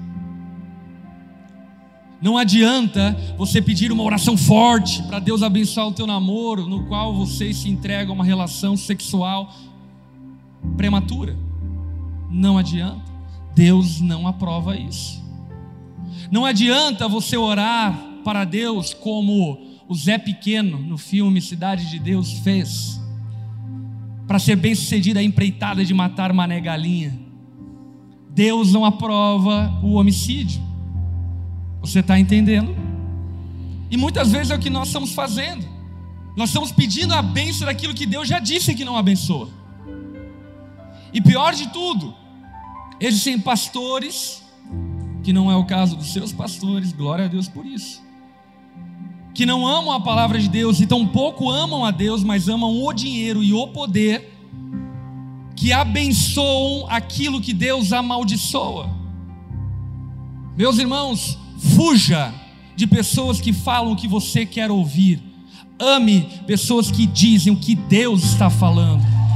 Não adianta você pedir uma oração forte para Deus abençoar o teu namoro, no qual vocês se entregam a uma relação sexual prematura. Não adianta. Deus não aprova isso. Não adianta você orar para Deus como o Zé Pequeno no filme Cidade de Deus fez, para ser bem sucedido a empreitada de matar Mané Galinha. Deus não aprova o homicídio. Você está entendendo? E muitas vezes é o que nós estamos fazendo. Nós estamos pedindo a bênção daquilo que Deus já disse que não abençoa. E pior de tudo, existem pastores, que não é o caso dos seus pastores, glória a Deus por isso, que não amam a palavra de Deus e tampouco amam a Deus, mas amam o dinheiro e o poder, que abençoam aquilo que Deus amaldiçoa. Meus irmãos, fuja de pessoas que falam o que você quer ouvir. Ame pessoas que dizem o que Deus está falando.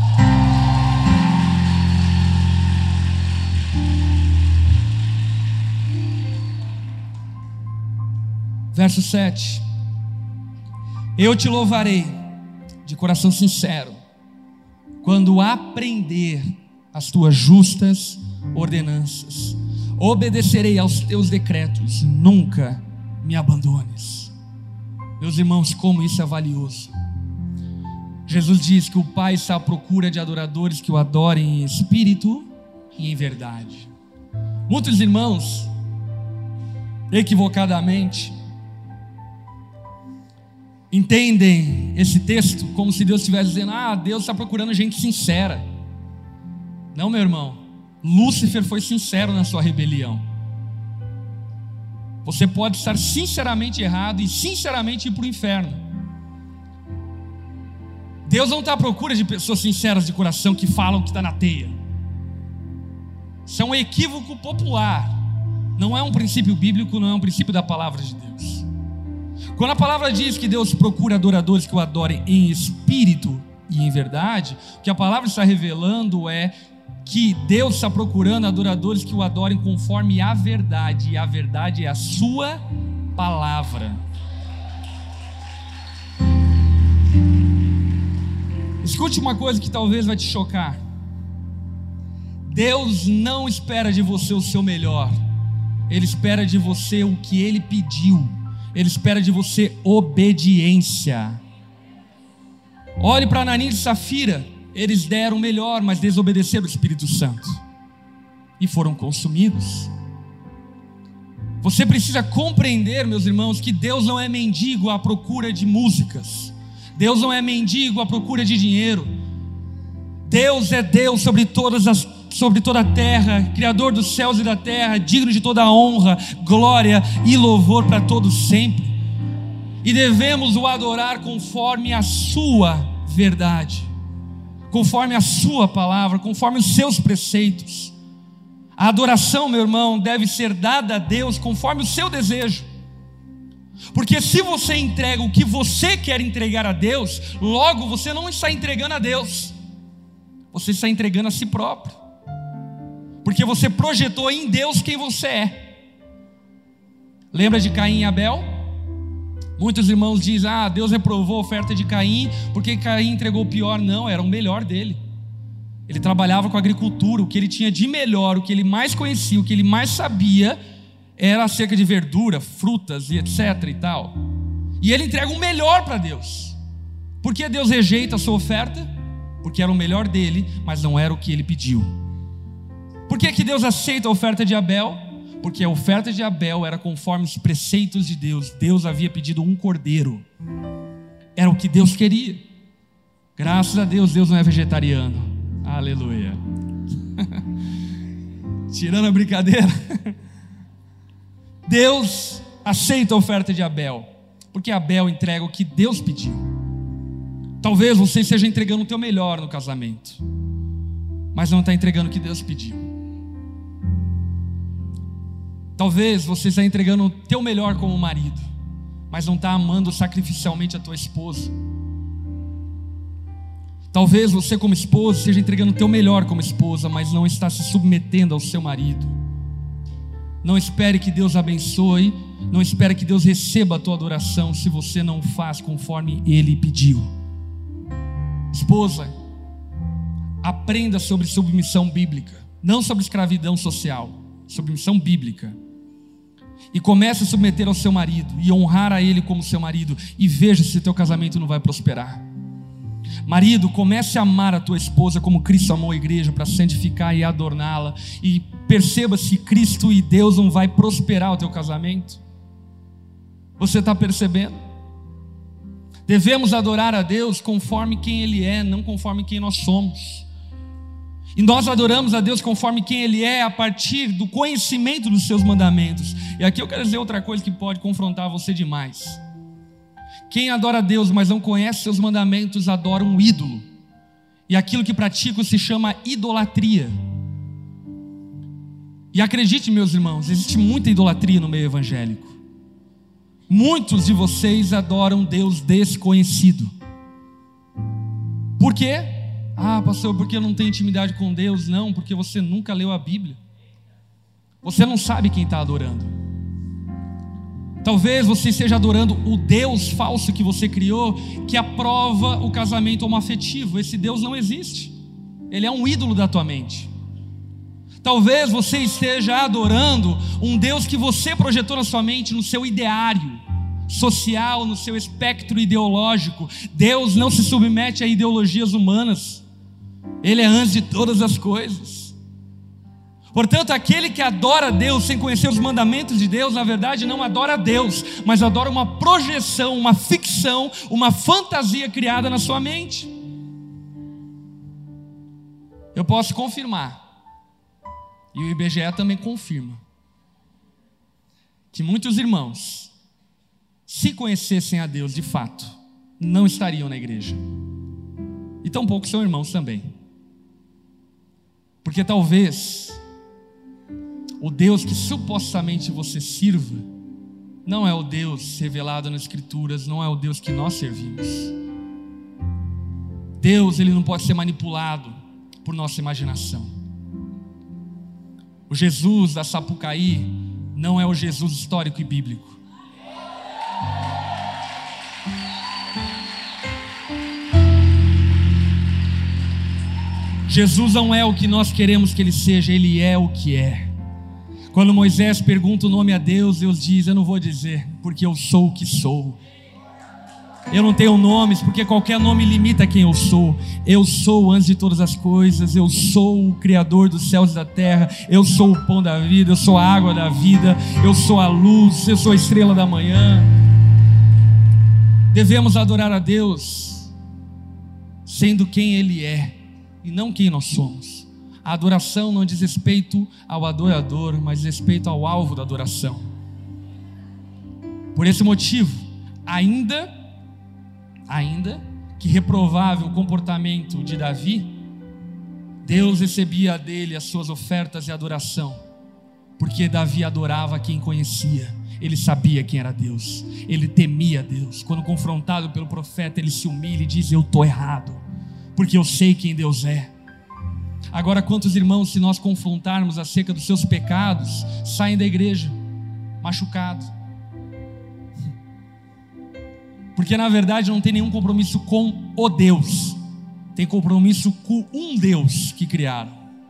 Verso sete: eu te louvarei de coração sincero, quando aprender as tuas justas ordenanças. Obedecerei aos teus decretos, nunca me abandones. Meus irmãos, como isso é valioso. Jesus diz que o Pai está à procura de adoradores que o adorem em espírito e em verdade. Muitos irmãos, equivocadamente, entendem esse texto como se Deus estivesse dizendo: ah, Deus está procurando gente sincera. Não, meu irmão, Lúcifer foi sincero na sua rebelião. Você pode estar sinceramente errado e sinceramente ir para o inferno. Deus não está à procura de pessoas sinceras de coração que falam que está na teia. Isso é um equívoco popular. Não é um princípio bíblico, não é um princípio da palavra de Deus. Quando a palavra diz que Deus procura adoradores que o adorem em espírito e em verdade, o que a palavra está revelando é que Deus está procurando adoradores que o adorem conforme a verdade, e a verdade é a sua palavra. Escute uma coisa que talvez vai te chocar. Deus não espera de você o seu melhor, Ele espera de você o que Ele pediu. Ele espera de você obediência. Olhe para Ananias e Safira. Eles deram o melhor, mas desobedeceram o Espírito Santo e foram consumidos. Você precisa compreender, meus irmãos, que Deus não é mendigo à procura de músicas. Deus não é mendigo à procura de dinheiro. Deus é Deus sobre todas as, sobre toda a terra, Criador dos céus e da terra, digno de toda a honra, glória e louvor para todos sempre. E devemos o adorar conforme a sua verdade, conforme a sua palavra, conforme os seus preceitos. A adoração, meu irmão, deve ser dada a Deus conforme o seu desejo. Porque se você entrega o que você quer entregar a Deus, logo você não está entregando a Deus, você está entregando a si próprio. Porque você projetou em Deus quem você é. Lembra de Caim e Abel? Muitos irmãos dizem, ah, Deus reprovou a oferta de Caim, porque Caim entregou o pior. Não, era o melhor dele. Ele trabalhava com agricultura, o que ele tinha de melhor, o que ele mais conhecia, o que ele mais sabia, era acerca de verdura, frutas e etc e tal. E ele entrega o melhor para Deus. Por que Deus rejeita a sua oferta? Porque era o melhor dele, mas não era o que ele pediu. Por que que Deus aceita a oferta de Abel? Porque a oferta de Abel era conforme os preceitos de Deus. Deus havia pedido um cordeiro. Era o que Deus queria. Graças a Deus, Deus não é vegetariano. Aleluia. Tirando a brincadeira, Deus aceita a oferta de Abel, porque Abel entrega o que Deus pediu. Talvez você esteja entregando o teu melhor no casamento, mas não está entregando o que Deus pediu. Talvez você esteja entregando o teu melhor como marido, mas não está amando sacrificialmente a tua esposa. Talvez você como esposa esteja entregando o teu melhor como esposa, mas não está se submetendo ao seu marido. Não espere que Deus abençoe, não espere que Deus receba a tua adoração se você não faz conforme Ele pediu. Esposa, aprenda sobre submissão bíblica, não sobre escravidão social, submissão bíblica. E comece a submeter ao seu marido e honrar a ele como seu marido, e veja se o teu casamento não vai prosperar. Marido, comece a amar a tua esposa como Cristo amou a igreja, para santificar e adorná-la, e perceba se Cristo e Deus não vai prosperar o teu casamento. Você está percebendo? Devemos adorar a Deus conforme quem Ele é, não conforme quem nós somos. E nós adoramos a Deus conforme quem Ele é, a partir do conhecimento dos seus mandamentos. E aqui eu quero dizer outra coisa que pode confrontar você demais. Quem adora a Deus, mas não conhece seus mandamentos, adora um ídolo. E aquilo que pratica se chama idolatria. E acredite, meus irmãos, existe muita idolatria no meio evangélico. Muitos de vocês adoram Deus desconhecido. Por quê? Ah, pastor, porque eu não tenho intimidade com Deus? Não, porque você nunca leu a Bíblia. Você não sabe quem está adorando. Talvez você esteja adorando o Deus falso que você criou, que aprova o casamento homoafetivo. Esse Deus não existe. Ele é um ídolo da tua mente. Talvez você esteja adorando um Deus que você projetou na sua mente, no seu ideário social, no seu espectro ideológico. Deus não se submete a ideologias humanas. Ele é antes de todas as coisas. Portanto, aquele que adora a Deus sem conhecer os mandamentos de Deus, na verdade não adora a Deus, mas adora uma projeção, uma ficção, uma fantasia criada na sua mente. Eu posso confirmar, e o I B G E também confirma, que muitos irmãos, se conhecessem a Deus de fato, não estariam na igreja. E tão poucos são irmãos também. Porque talvez o Deus que supostamente você sirva não é o Deus revelado nas Escrituras, não é o Deus que nós servimos. Deus, ele não pode ser manipulado por nossa imaginação. O Jesus da Sapucaí não é o Jesus histórico e bíblico. Jesus não é o que nós queremos que ele seja, ele é o que é. Quando Moisés pergunta o nome a Deus, Deus diz: eu não vou dizer, porque eu sou o que sou. Eu não tenho nomes, porque qualquer nome limita quem eu sou. Eu sou antes de todas as coisas. Eu sou o Criador dos céus e da terra. Eu sou o pão da vida. Eu sou a água da vida. Eu sou a luz. Eu sou a estrela da manhã. Devemos adorar a Deus sendo quem Ele é e não quem nós somos. A adoração não diz respeito ao adorador, mas diz respeito ao alvo da adoração. Por esse motivo, ainda Ainda que reprovável o comportamento de Davi, Deus recebia dele as suas ofertas e adoração, porque Davi adorava quem conhecia. Ele sabia quem era Deus, ele temia Deus. Quando confrontado pelo profeta, ele se humilha e diz: eu estou errado, porque eu sei quem Deus é. Agora, quantos irmãos, se nós confrontarmos acerca dos seus pecados, saem da igreja machucados? Porque na verdade não tem nenhum compromisso com o Deus, tem compromisso com um Deus que criaram.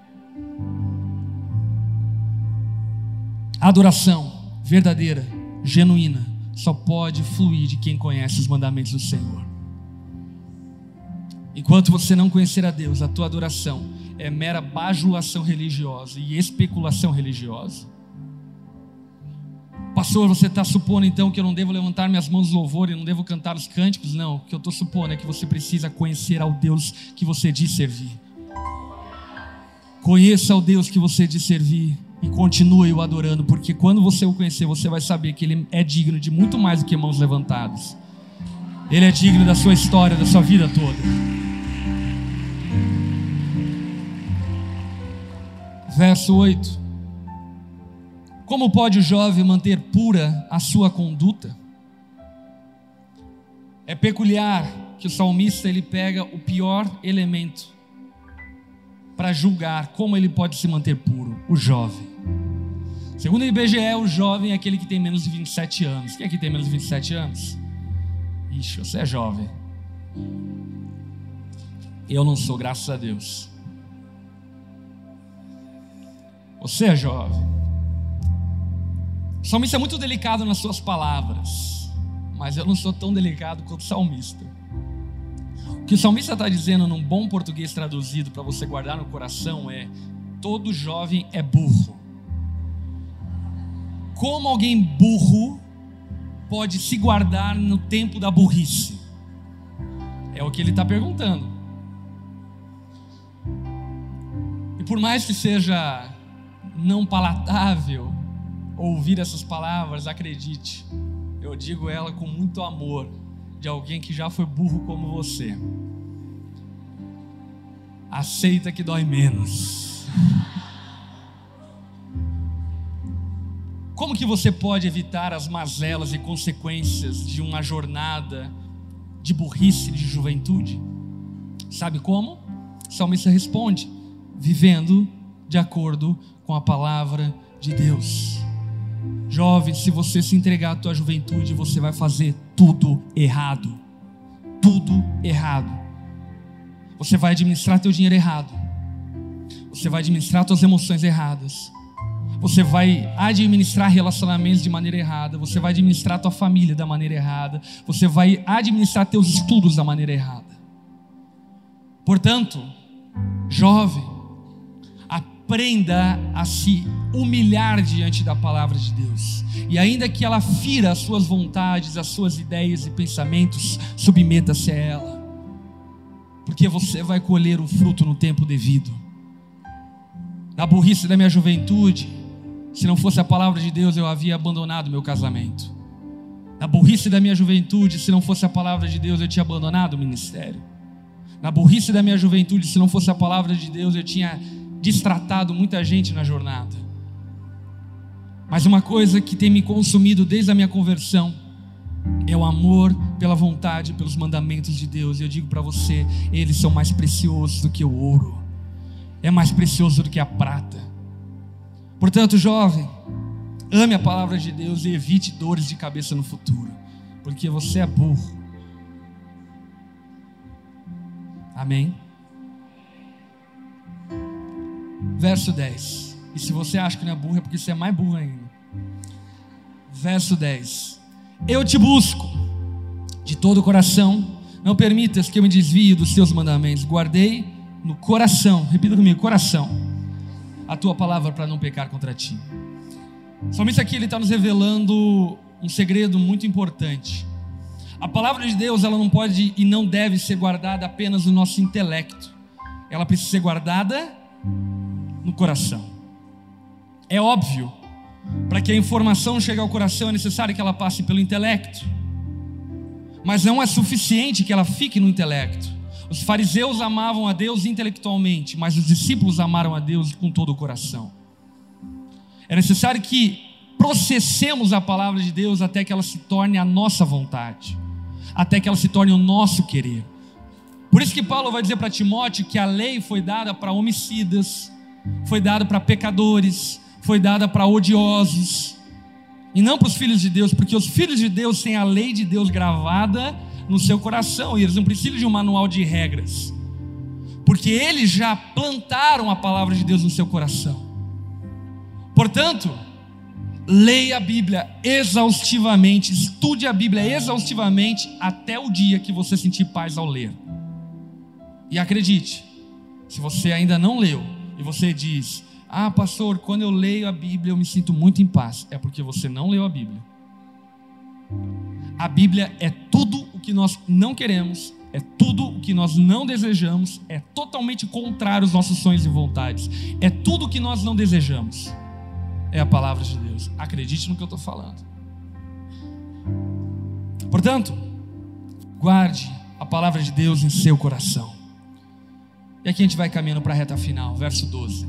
A adoração verdadeira, genuína, só pode fluir de quem conhece os mandamentos do Senhor. Enquanto você não conhecer a Deus, a tua adoração é mera bajulação religiosa e especulação religiosa. Pastor, você está supondo então que eu não devo levantar minhas mãos no louvor e não devo cantar os cânticos? Não, o que eu estou supondo é que você precisa conhecer ao Deus que você diz servir. Conheça ao Deus que você diz servir e continue o adorando, porque quando você o conhecer, você vai saber que Ele é digno de muito mais do que mãos levantadas. Ele é digno da sua história, da sua vida toda. Verso oito. Como pode o jovem manter pura a sua conduta? É peculiar que o salmista ele pega o pior elemento para julgar como ele pode se manter puro: o jovem. Segundo o I B G E, o jovem é aquele que tem menos de vinte e sete anos. Quem aqui tem menos de vinte e sete anos? Ixi, você é jovem. Eu não sou, graças a Deus. Você é jovem. O salmista é muito delicado nas suas palavras, mas eu não sou tão delicado quanto o salmista. O que o salmista está dizendo num bom português traduzido para você guardar no coração é: todo jovem é burro. Como alguém burro pode se guardar no tempo da burrice? É o que ele está perguntando. E por mais que seja não palatável ouvir essas palavras, acredite, eu digo ela com muito amor, de alguém que já foi burro como você. Aceita que dói menos. Como que você pode evitar as mazelas e consequências de uma jornada de burrice, de juventude? Sabe como? O salmista responde: vivendo de acordo com a palavra de Deus. Jovem, se você se entregar à tua juventude, você vai fazer tudo errado. Tudo errado. Você vai administrar teu dinheiro errado. Você vai administrar tuas emoções erradas. Você vai administrar relacionamentos de maneira errada. Você vai administrar tua família da maneira errada. Você vai administrar teus estudos da maneira errada. Portanto, jovem, aprenda a se humilhar diante da palavra de Deus. E ainda que ela fira as suas vontades, as suas ideias e pensamentos, submeta-se a ela. Porque você vai colher o fruto no tempo devido. Na burrice da minha juventude, se não fosse a palavra de Deus, eu havia abandonado meu casamento. Na burrice da minha juventude, se não fosse a palavra de Deus, eu tinha abandonado o ministério. Na burrice da minha juventude, se não fosse a palavra de Deus, eu tinha destratado muita gente na jornada. Mas uma coisa que tem me consumido desde a minha conversão é o amor pela vontade, pelos mandamentos de Deus. E eu digo para você, eles são mais preciosos do que o ouro, é mais precioso do que a prata. Portanto, jovem, ame a palavra de Deus e evite dores de cabeça no futuro, porque você é burro. Amém? Verso dez. E se você acha que não é burro, é porque você é mais burro ainda. Verso dez. Eu te busco, de todo o coração. Não permitas que eu me desvie dos teus mandamentos. Guardei no coração, repita comigo, coração, a tua palavra para não pecar contra ti. Somente aqui ele está nos revelando um segredo muito importante. A palavra de Deus, ela não pode e não deve ser guardada apenas no nosso intelecto. Ela precisa ser guardada no coração. É óbvio, para que a informação chegue ao coração é necessário que ela passe pelo intelecto. Mas não é suficiente que ela fique no intelecto. Os fariseus amavam a Deus intelectualmente, mas os discípulos amaram a Deus com todo o coração. É necessário que processemos a palavra de Deus até que ela se torne a nossa vontade, até que ela se torne o nosso querer. Por isso que Paulo vai dizer para Timóteo que a lei foi dada para homicidas, foi dada para pecadores, foi dada para odiosos, e não para os filhos de Deus, porque os filhos de Deus têm a lei de Deus gravada no seu coração, e eles não precisam de um manual de regras, porque eles já plantaram a palavra de Deus no seu coração. Portanto, leia a Bíblia exaustivamente, estude a Bíblia exaustivamente até o dia que você sentir paz ao ler. E acredite, se você ainda não leu e você diz: ah, pastor, quando eu leio a Bíblia eu me sinto muito em paz, é porque você não leu a Bíblia. A Bíblia é tudo o que nós não queremos, é tudo o que nós não desejamos, é totalmente contrário aos nossos sonhos e vontades, é tudo o que nós não desejamos. É a palavra de Deus. Acredite no que eu estou falando. Portanto, guarde a palavra de Deus em seu coração. E aqui a gente vai caminhando para a reta final, verso doze.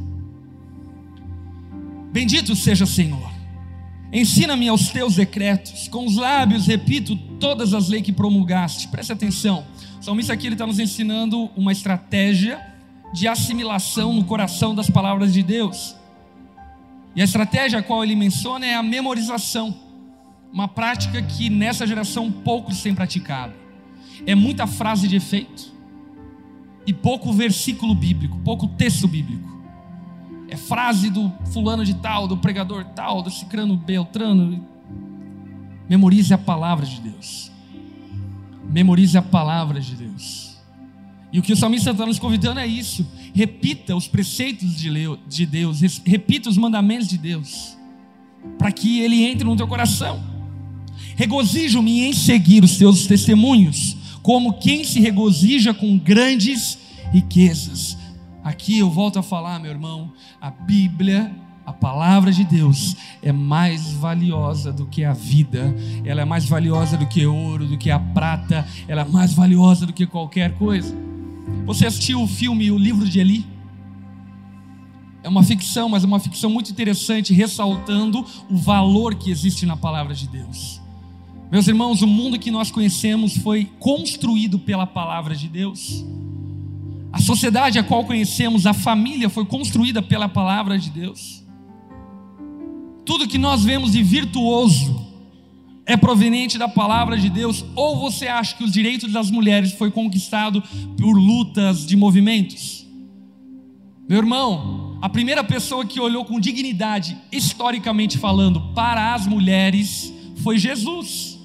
Bendito seja o Senhor, ensina-me aos teus decretos, com os lábios repito todas as leis que promulgaste. Preste atenção, o salmista aqui ele está nos ensinando uma estratégia de assimilação no coração das palavras de Deus. E a estratégia a qual ele menciona é a memorização, uma prática que nessa geração poucos têm praticado. É muita frase de efeito e pouco versículo bíblico, pouco texto bíblico. É frase do fulano de tal, do pregador tal, do cicrano beltrano. Memorize a palavra de Deus. Memorize a palavra de Deus. E o que o salmista está nos convidando é isso: repita os preceitos de Deus, repita os mandamentos de Deus, para que ele entre no teu coração. Regozijo-me em seguir os teus testemunhos, como quem se regozija com grandes riquezas. Aqui eu volto a falar, meu irmão, a Bíblia, a palavra de Deus é mais valiosa do que a vida, ela é mais valiosa do que ouro, do que a prata, ela é mais valiosa do que qualquer coisa. Você assistiu o filme O Livro de Eli? É uma ficção, mas é uma ficção muito interessante, ressaltando o valor que existe na palavra de Deus. Meus irmãos, o mundo que nós conhecemos foi construído pela palavra de Deus. A sociedade a qual conhecemos, a família, foi construída pela palavra de Deus. Tudo que nós vemos de virtuoso é proveniente da palavra de Deus. Ou você acha que os direitos das mulheres foi conquistado por lutas de movimentos? Meu irmão, a primeira pessoa que olhou com dignidade, historicamente falando, para as mulheres foi Jesus.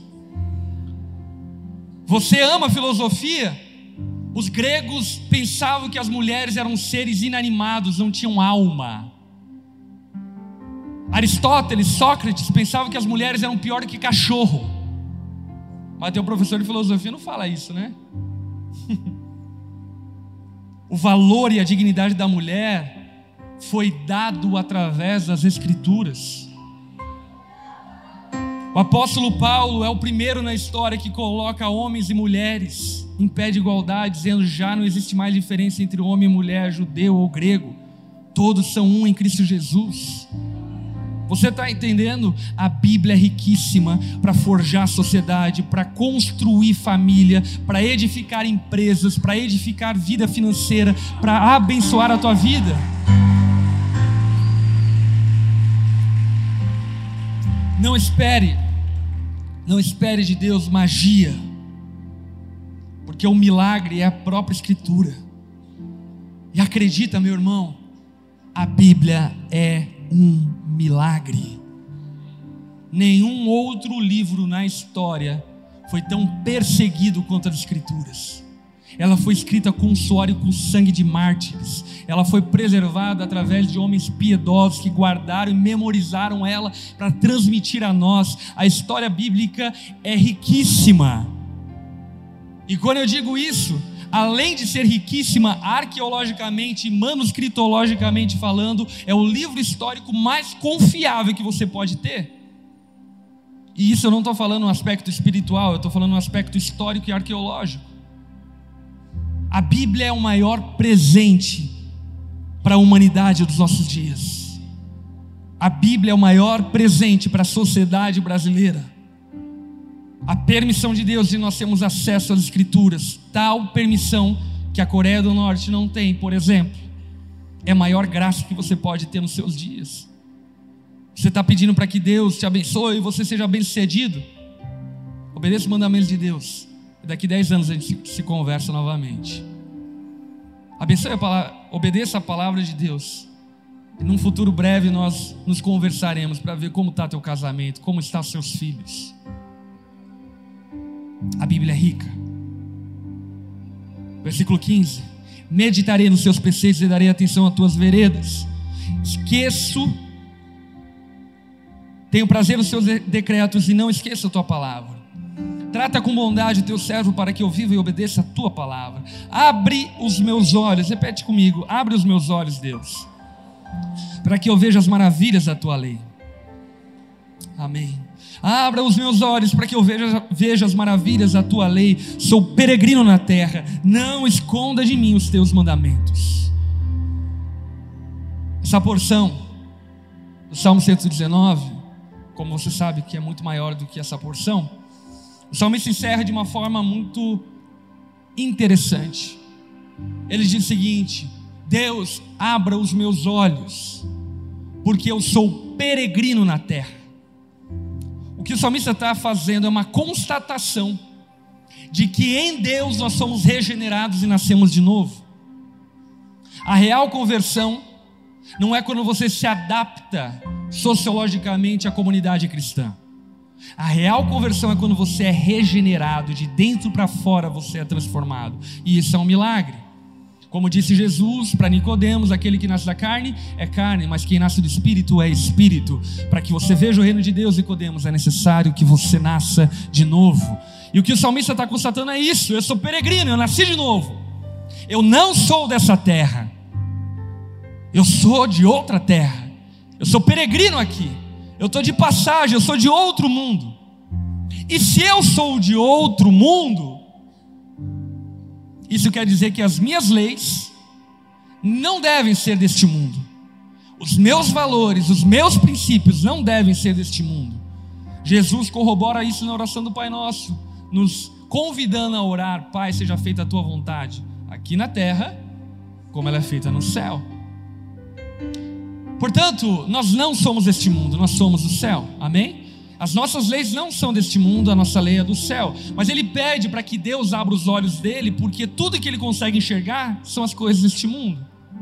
Você ama filosofia? Os gregos pensavam que as mulheres eram seres inanimados, não tinham alma. Aristóteles, Sócrates pensavam que as mulheres eram pior do que cachorro. Mas teu professor de filosofia não fala isso, né? O valor e a dignidade da mulher foi dado através das Escrituras. O apóstolo Paulo é o primeiro na história que coloca homens e mulheres em pé de igualdade, dizendo: já não existe mais diferença entre homem e mulher, judeu ou grego, todos são um em Cristo Jesus. Você está entendendo? A Bíblia é riquíssima para forjar a sociedade, para construir família, para edificar empresas, para edificar vida financeira, para abençoar a tua vida. Não espere, não espere de Deus magia, porque o milagre é a própria Escritura. E acredita, meu irmão, a Bíblia é um milagre. Nenhum outro livro na história foi tão perseguido quanto as Escrituras. Ela foi escrita com suor e com sangue de mártires. Ela foi preservada através de homens piedosos que guardaram e memorizaram ela para transmitir a nós. A história bíblica é riquíssima. E quando eu digo isso, além de ser riquíssima arqueologicamente e manuscritologicamente falando, é o livro histórico mais confiável que você pode ter. E isso eu não estou falando no aspecto espiritual, eu estou falando no aspecto histórico e arqueológico. A Bíblia é o maior presente para a humanidade dos nossos dias. A Bíblia é o maior presente para a sociedade brasileira. A permissão de Deus de nós termos acesso às Escrituras, tal permissão que a Coreia do Norte não tem, por exemplo, é a maior graça que você pode ter nos seus dias. Você está pedindo para que Deus te abençoe e você seja bem-sucedido? Obedeça os mandamentos de Deus. Daqui dez anos a gente se, se conversa novamente. Abençoe a palavra, obedeça a palavra de Deus. E num futuro breve nós nos conversaremos para ver como está teu casamento, como estão os seus filhos. A Bíblia é rica. Versículo quinze: meditarei nos seus preceitos e darei atenção às tuas veredas. Esqueço, tenho prazer nos seus decretos e não esqueço a tua palavra. Trata com bondade o teu servo para que eu viva e obedeça a tua palavra. Abre os meus olhos, repete comigo, abre os meus olhos, Deus, para que eu veja as maravilhas da tua lei. Amém. Abra os meus olhos para que eu veja, veja as maravilhas da tua lei. Sou peregrino na terra, não esconda de mim os teus mandamentos. Essa porção do Salmo cento e dezenove, como você sabe que é muito maior do que essa porção, o salmista encerra de uma forma muito interessante. Ele diz o seguinte: Deus, abra os meus olhos, porque eu sou peregrino na terra. O que o salmista está fazendo é uma constatação de que em Deus nós somos regenerados e nascemos de novo. A real conversão não é quando você se adapta sociologicamente à comunidade cristã. A real conversão é quando você é regenerado, de dentro para fora você é transformado, e isso é um milagre. Como disse Jesus para Nicodemos: aquele que nasce da carne é carne, mas quem nasce do Espírito é Espírito. Para que você veja o reino de Deus, Nicodemos, é necessário que você nasça de novo. E o que o salmista está constatando é isso: eu sou peregrino, eu nasci de novo. Eu não sou dessa terra, eu sou de outra terra, eu sou peregrino aqui, eu estou de passagem, eu sou de outro mundo. E se eu sou de outro mundo, isso quer dizer que as minhas leis não devem ser deste mundo. Os meus valores, os meus princípios não devem ser deste mundo. Jesus corrobora isso na oração do Pai Nosso, nos convidando a orar: Pai, seja feita a tua vontade, aqui na terra, como ela é feita no céu. Portanto, nós não somos deste mundo, nós somos do céu, amém? As nossas leis não são deste mundo, a nossa lei é do céu. Mas ele pede para que Deus abra os olhos dele, porque tudo que ele consegue enxergar são as coisas deste mundo.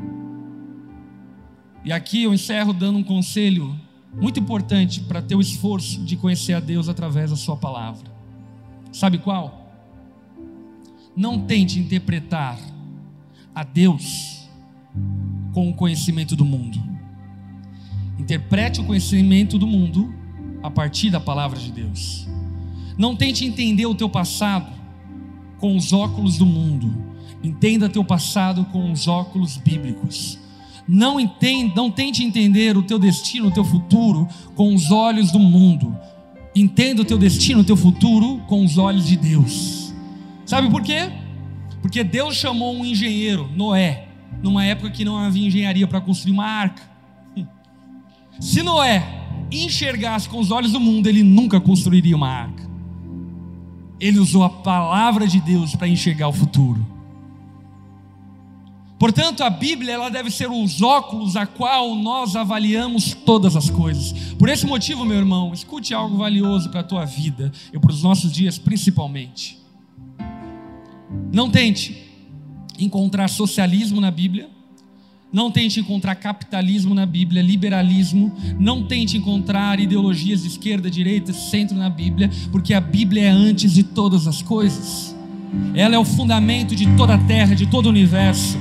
E aqui eu encerro dando um conselho muito importante para ter o esforço de conhecer a Deus através da sua palavra. Sabe qual? Não tente interpretar a Deus com o conhecimento do mundo. Interprete o conhecimento do mundo a partir da palavra de Deus. Não tente entender o teu passado com os óculos do mundo. Entenda teu passado com os óculos bíblicos. Não, entende, não tente entender o teu destino, o teu futuro com os olhos do mundo. Entenda o teu destino, o teu futuro com os olhos de Deus. Sabe por quê? Porque Deus chamou um engenheiro, Noé, numa época que não havia engenharia para construir uma arca. Se Noé enxergasse com os olhos do mundo, ele nunca construiria uma arca. Ele usou a palavra de Deus para enxergar o futuro. Portanto, a Bíblia ela deve ser os óculos a qual nós avaliamos todas as coisas. Por esse motivo, meu irmão, escute algo valioso para a tua vida e para os nossos dias principalmente. Não tente encontrar socialismo na Bíblia, Não tente encontrar capitalismo na Bíblia, liberalismo. Não tente encontrar ideologias de esquerda, direita, centro na Bíblia, porque a Bíblia é antes de todas as coisas. Ela é o fundamento de toda a terra, de todo o universo.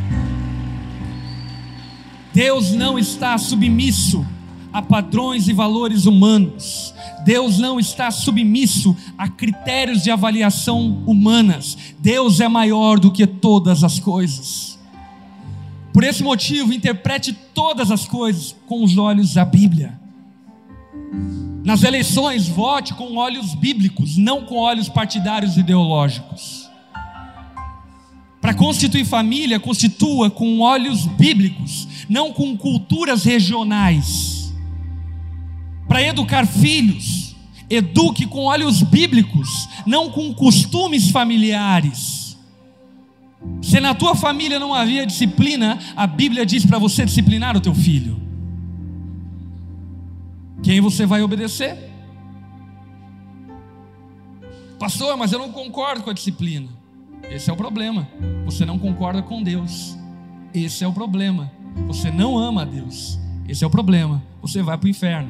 Deus não está submisso a padrões e valores humanos. Deus não está submisso a critérios de avaliação humanas. Deus é maior do que todas as coisas. Por esse motivo, interprete todas as coisas com os olhos da Bíblia. Nas eleições, vote com olhos bíblicos, não com olhos partidários e ideológicos. Para constituir família, constitua com olhos bíblicos, não com culturas regionais. Para educar filhos, eduque com olhos bíblicos, não com costumes familiares. Se na tua família não havia disciplina, a Bíblia diz para você disciplinar o teu filho. Quem você vai obedecer? Pastor, mas eu não concordo com a disciplina. Esse é o problema. Você não concorda com Deus. Esse é o problema. Você não ama a Deus. Esse é o problema. Você vai para o inferno.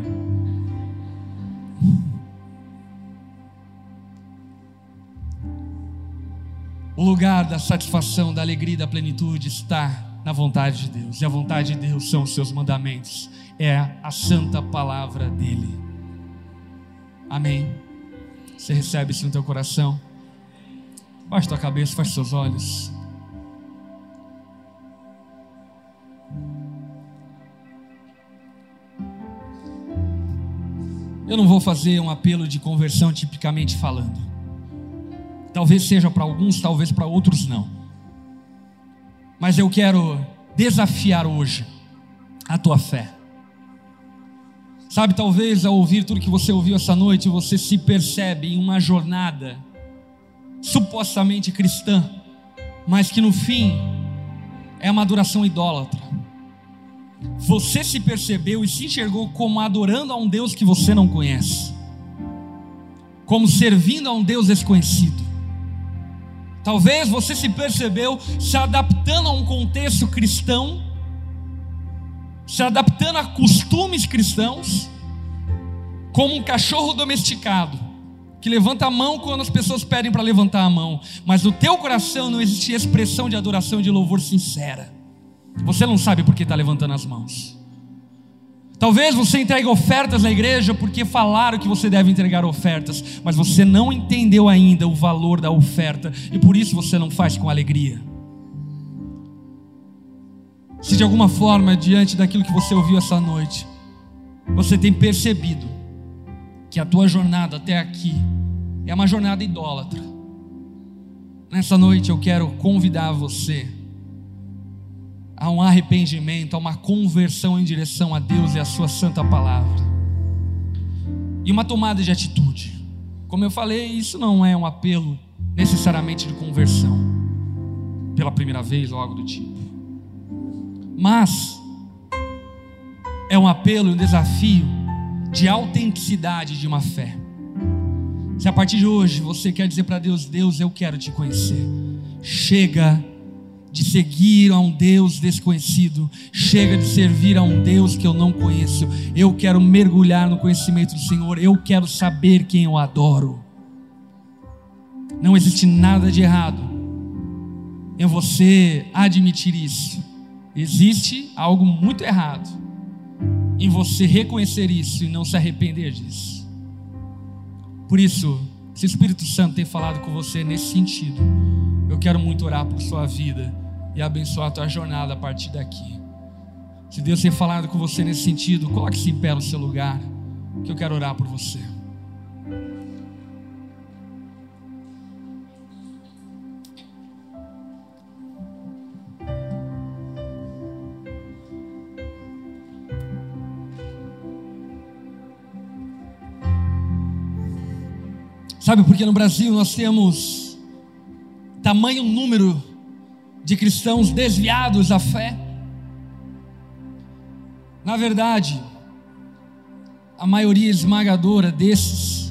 O lugar da satisfação, da alegria e da plenitude está na vontade de Deus. E a vontade de Deus são os seus mandamentos. É a santa palavra dele. Amém. Você recebe isso no teu coração? Baixa tua cabeça, fecha seus olhos. Eu não vou fazer um apelo de conversão tipicamente falando. Talvez seja para alguns, talvez para outros não. Mas eu quero desafiar hoje a tua fé. Sabe, talvez ao ouvir tudo que você ouviu essa noite, você se percebe em uma jornada supostamente cristã, mas que no fim é uma adoração idólatra. Você se percebeu e se enxergou como adorando a um Deus que você não conhece, como servindo a um Deus desconhecido. Talvez você se percebeu se adaptando a um contexto cristão, se adaptando a costumes cristãos, como um cachorro domesticado, que levanta a mão quando as pessoas pedem para levantar a mão, mas no teu coração não existe expressão de adoração e de louvor sincera. Você não sabe por que está levantando as mãos. Talvez você entregue ofertas na igreja porque falaram que você deve entregar ofertas, mas você não entendeu ainda o valor da oferta e por isso você não faz com alegria. Se de alguma forma, diante daquilo que você ouviu essa noite, você tem percebido que a tua jornada até aqui é uma jornada idólatra, nessa noite eu quero convidar você a um arrependimento, a uma conversão em direção a Deus e a sua santa palavra, e uma tomada de atitude. Como eu falei, isso não é um apelo necessariamente de conversão pela primeira vez ou algo do tipo, mas é um apelo, um desafio de autenticidade de uma fé. Se a partir de hoje você quer dizer para Deus: Deus, eu quero te conhecer, chega de seguir a um Deus desconhecido, chega de servir a um Deus que eu não conheço, eu quero mergulhar no conhecimento do Senhor, eu quero saber quem eu adoro. Não existe nada de errado em você admitir isso. Existe algo muito errado em você reconhecer isso e não se arrepender disso. Por isso, se o Espírito Santo tem falado com você nesse sentido, eu quero muito orar por sua vida e abençoar a tua jornada a partir daqui. Se Deus tem falado com você nesse sentido, coloque-se em pé no seu lugar, que eu quero orar por você. Sabe por que no Brasil nós temos tamanho número de cristãos desviados da fé? Na verdade, a maioria esmagadora desses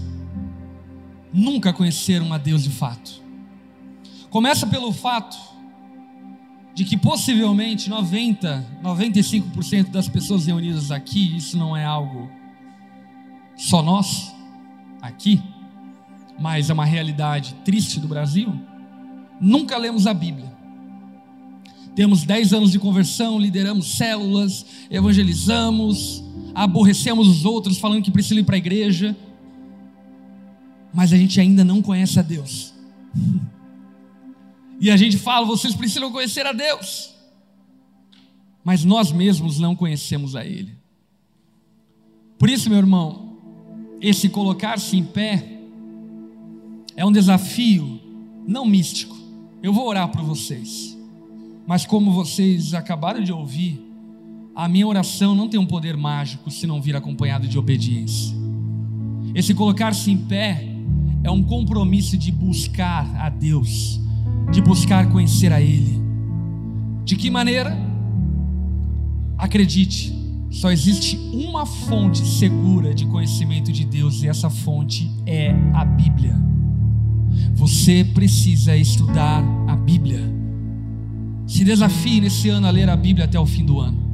nunca conheceram a Deus de fato. Começa pelo fato de que possivelmente noventa, noventa e cinco por cento das pessoas reunidas aqui, isso não é algo só nós aqui, mas é uma realidade triste do Brasil, nunca lemos a Bíblia. Temos dez anos de conversão, lideramos células, evangelizamos, aborrecemos os outros falando que precisa ir para a igreja, mas a gente ainda não conhece a Deus. E a gente fala, vocês precisam conhecer a Deus, mas nós mesmos não conhecemos a Ele. Por isso, meu irmão, esse colocar-se em pé é um desafio não místico. Eu vou orar por vocês, mas como vocês acabaram de ouvir, a minha oração não tem um poder mágico se não vir acompanhado de obediência. Esse colocar-se em pé é um compromisso de buscar a Deus, de buscar conhecer a Ele. De que maneira? Acredite, só existe uma fonte segura de conhecimento de Deus, e essa fonte é a Bíblia. Você precisa estudar a Bíblia. Se desafie nesse ano a ler a Bíblia até o fim do ano.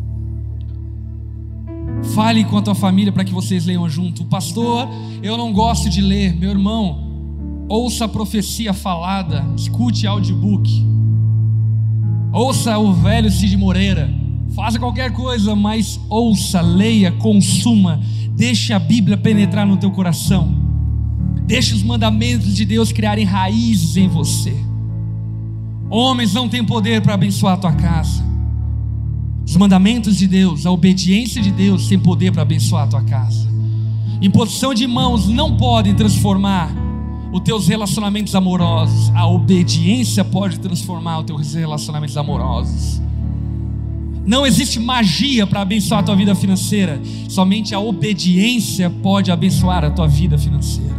Fale com a tua família para que vocês leiam junto. Pastor, eu não gosto de ler. Meu irmão, ouça a profecia falada, escute audiobook, ouça o velho Cid Moreira, faça qualquer coisa, mas ouça, leia, consuma, deixe a Bíblia penetrar no teu coração, deixe os mandamentos de Deus criarem raízes em você. Homens não têm poder para abençoar a tua casa. Os mandamentos de Deus, a obediência de Deus tem poder para abençoar a tua casa. Imposição de mãos não podem transformar os teus relacionamentos amorosos. A obediência pode transformar os teus relacionamentos amorosos. Não existe magia para abençoar a tua vida financeira. Somente a obediência pode abençoar a tua vida financeira.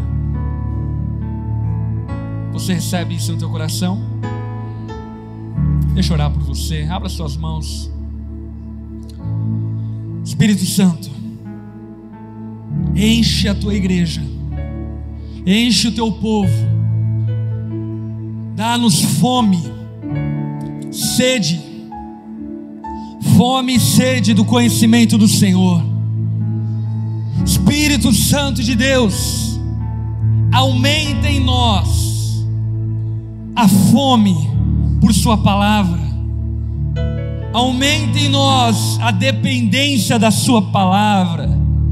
Você recebe isso no teu coração? Deixa eu orar por você. Abra suas mãos. Espírito Santo, enche a tua igreja, enche o teu povo, dá-nos fome, sede, fome e sede do conhecimento do Senhor. Espírito Santo de Deus, aumenta em nós a fome por sua palavra. Aumente em nós a dependência da sua palavra.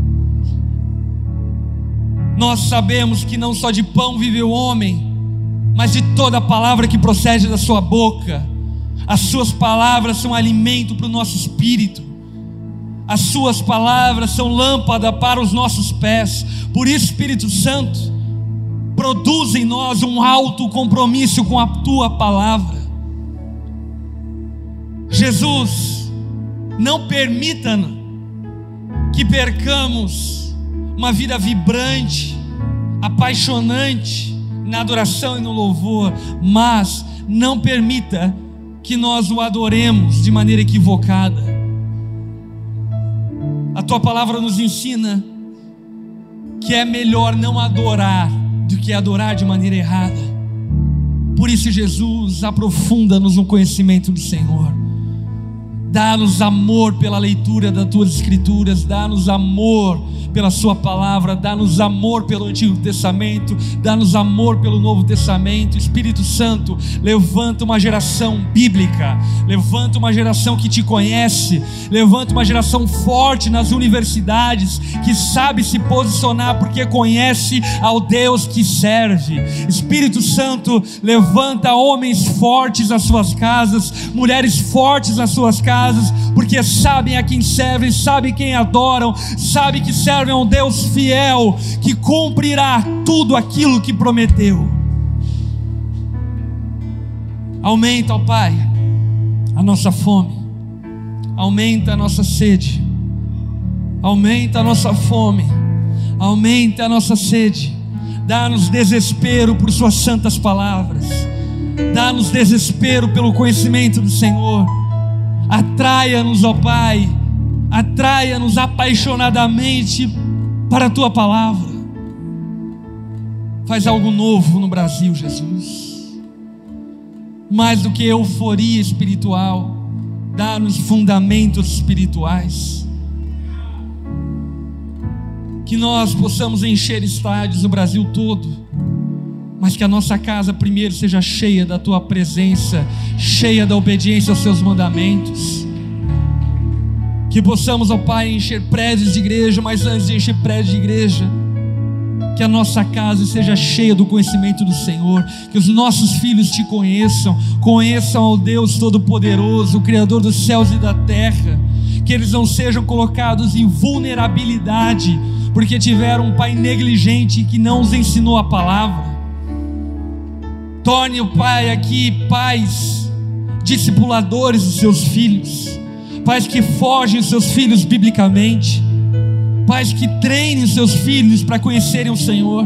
Nós sabemos que não só de pão vive o homem, mas de toda a palavra que procede da sua boca. As suas palavras são alimento para o nosso espírito. As suas palavras são lâmpada para os nossos pés. Por isso, Espírito Santo, produz em nós um alto compromisso com a tua palavra. Jesus, não permita que percamos uma vida vibrante, apaixonante na adoração e no louvor, mas não permita que nós o adoremos de maneira equivocada. A tua palavra nos ensina que é melhor não adorar do que adorar de maneira errada. Por isso, Jesus, aprofunda-nos no conhecimento do Senhor. Dá-nos amor pela leitura das tuas escrituras, dá-nos amor pela sua palavra, dá-nos amor pelo Antigo Testamento, dá-nos amor pelo Novo Testamento. Espírito Santo, levanta uma geração bíblica, levanta uma geração que te conhece, levanta uma geração forte nas universidades, que sabe se posicionar porque conhece ao Deus que serve. Espírito Santo, levanta homens fortes nas suas casas, mulheres fortes nas suas casas, porque sabem a quem servem, sabem quem adoram, sabem que servem a um Deus fiel, que cumprirá tudo aquilo que prometeu. Aumenta, ó Pai, a nossa fome, aumenta a nossa sede, aumenta a nossa fome, aumenta a nossa sede. Dá-nos desespero por suas santas palavras, dá-nos desespero pelo conhecimento do Senhor. Atraia-nos, ó Pai, atraia-nos apaixonadamente para a tua palavra. Faz algo novo no Brasil, Jesus. mais do que euforia espiritual, dá-nos fundamentos espirituais. Que nós possamos encher estádios no Brasil todo, mas que a nossa casa primeiro seja cheia da tua presença, cheia da obediência aos seus mandamentos. Que possamos, ó Pai, encher prédios de igreja, mas antes de encher prédios de igreja, que a nossa casa seja cheia do conhecimento do Senhor, que os nossos filhos te conheçam, conheçam ao Deus Todo-Poderoso, o Criador dos céus e da terra, que eles não sejam colocados em vulnerabilidade, porque tiveram um pai negligente que não os ensinou a palavra. Torne o Pai aqui pais, discipuladores de seus filhos, pais que forjem os seus filhos biblicamente, pais que treinem os seus filhos para conhecerem o Senhor.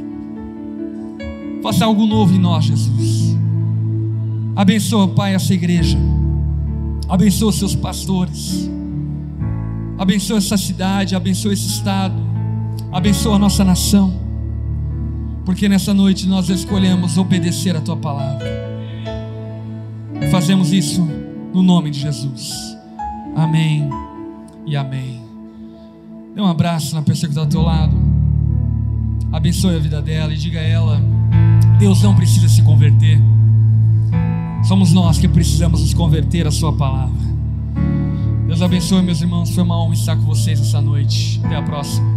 Faça algo novo em nós, Jesus. Abençoa, Pai, essa igreja, abençoa os seus pastores, abençoa essa cidade, abençoa esse estado, abençoa a nossa nação, porque nessa noite nós escolhemos obedecer a tua palavra. Fazemos isso no nome de Jesus. Amém e amém. Dê um abraço na pessoa que está ao teu lado, abençoe a vida dela e diga a ela: Deus não precisa se converter, somos nós que precisamos nos converter à sua palavra. Deus abençoe, meus irmãos, foi uma honra estar com vocês essa noite. Até a próxima.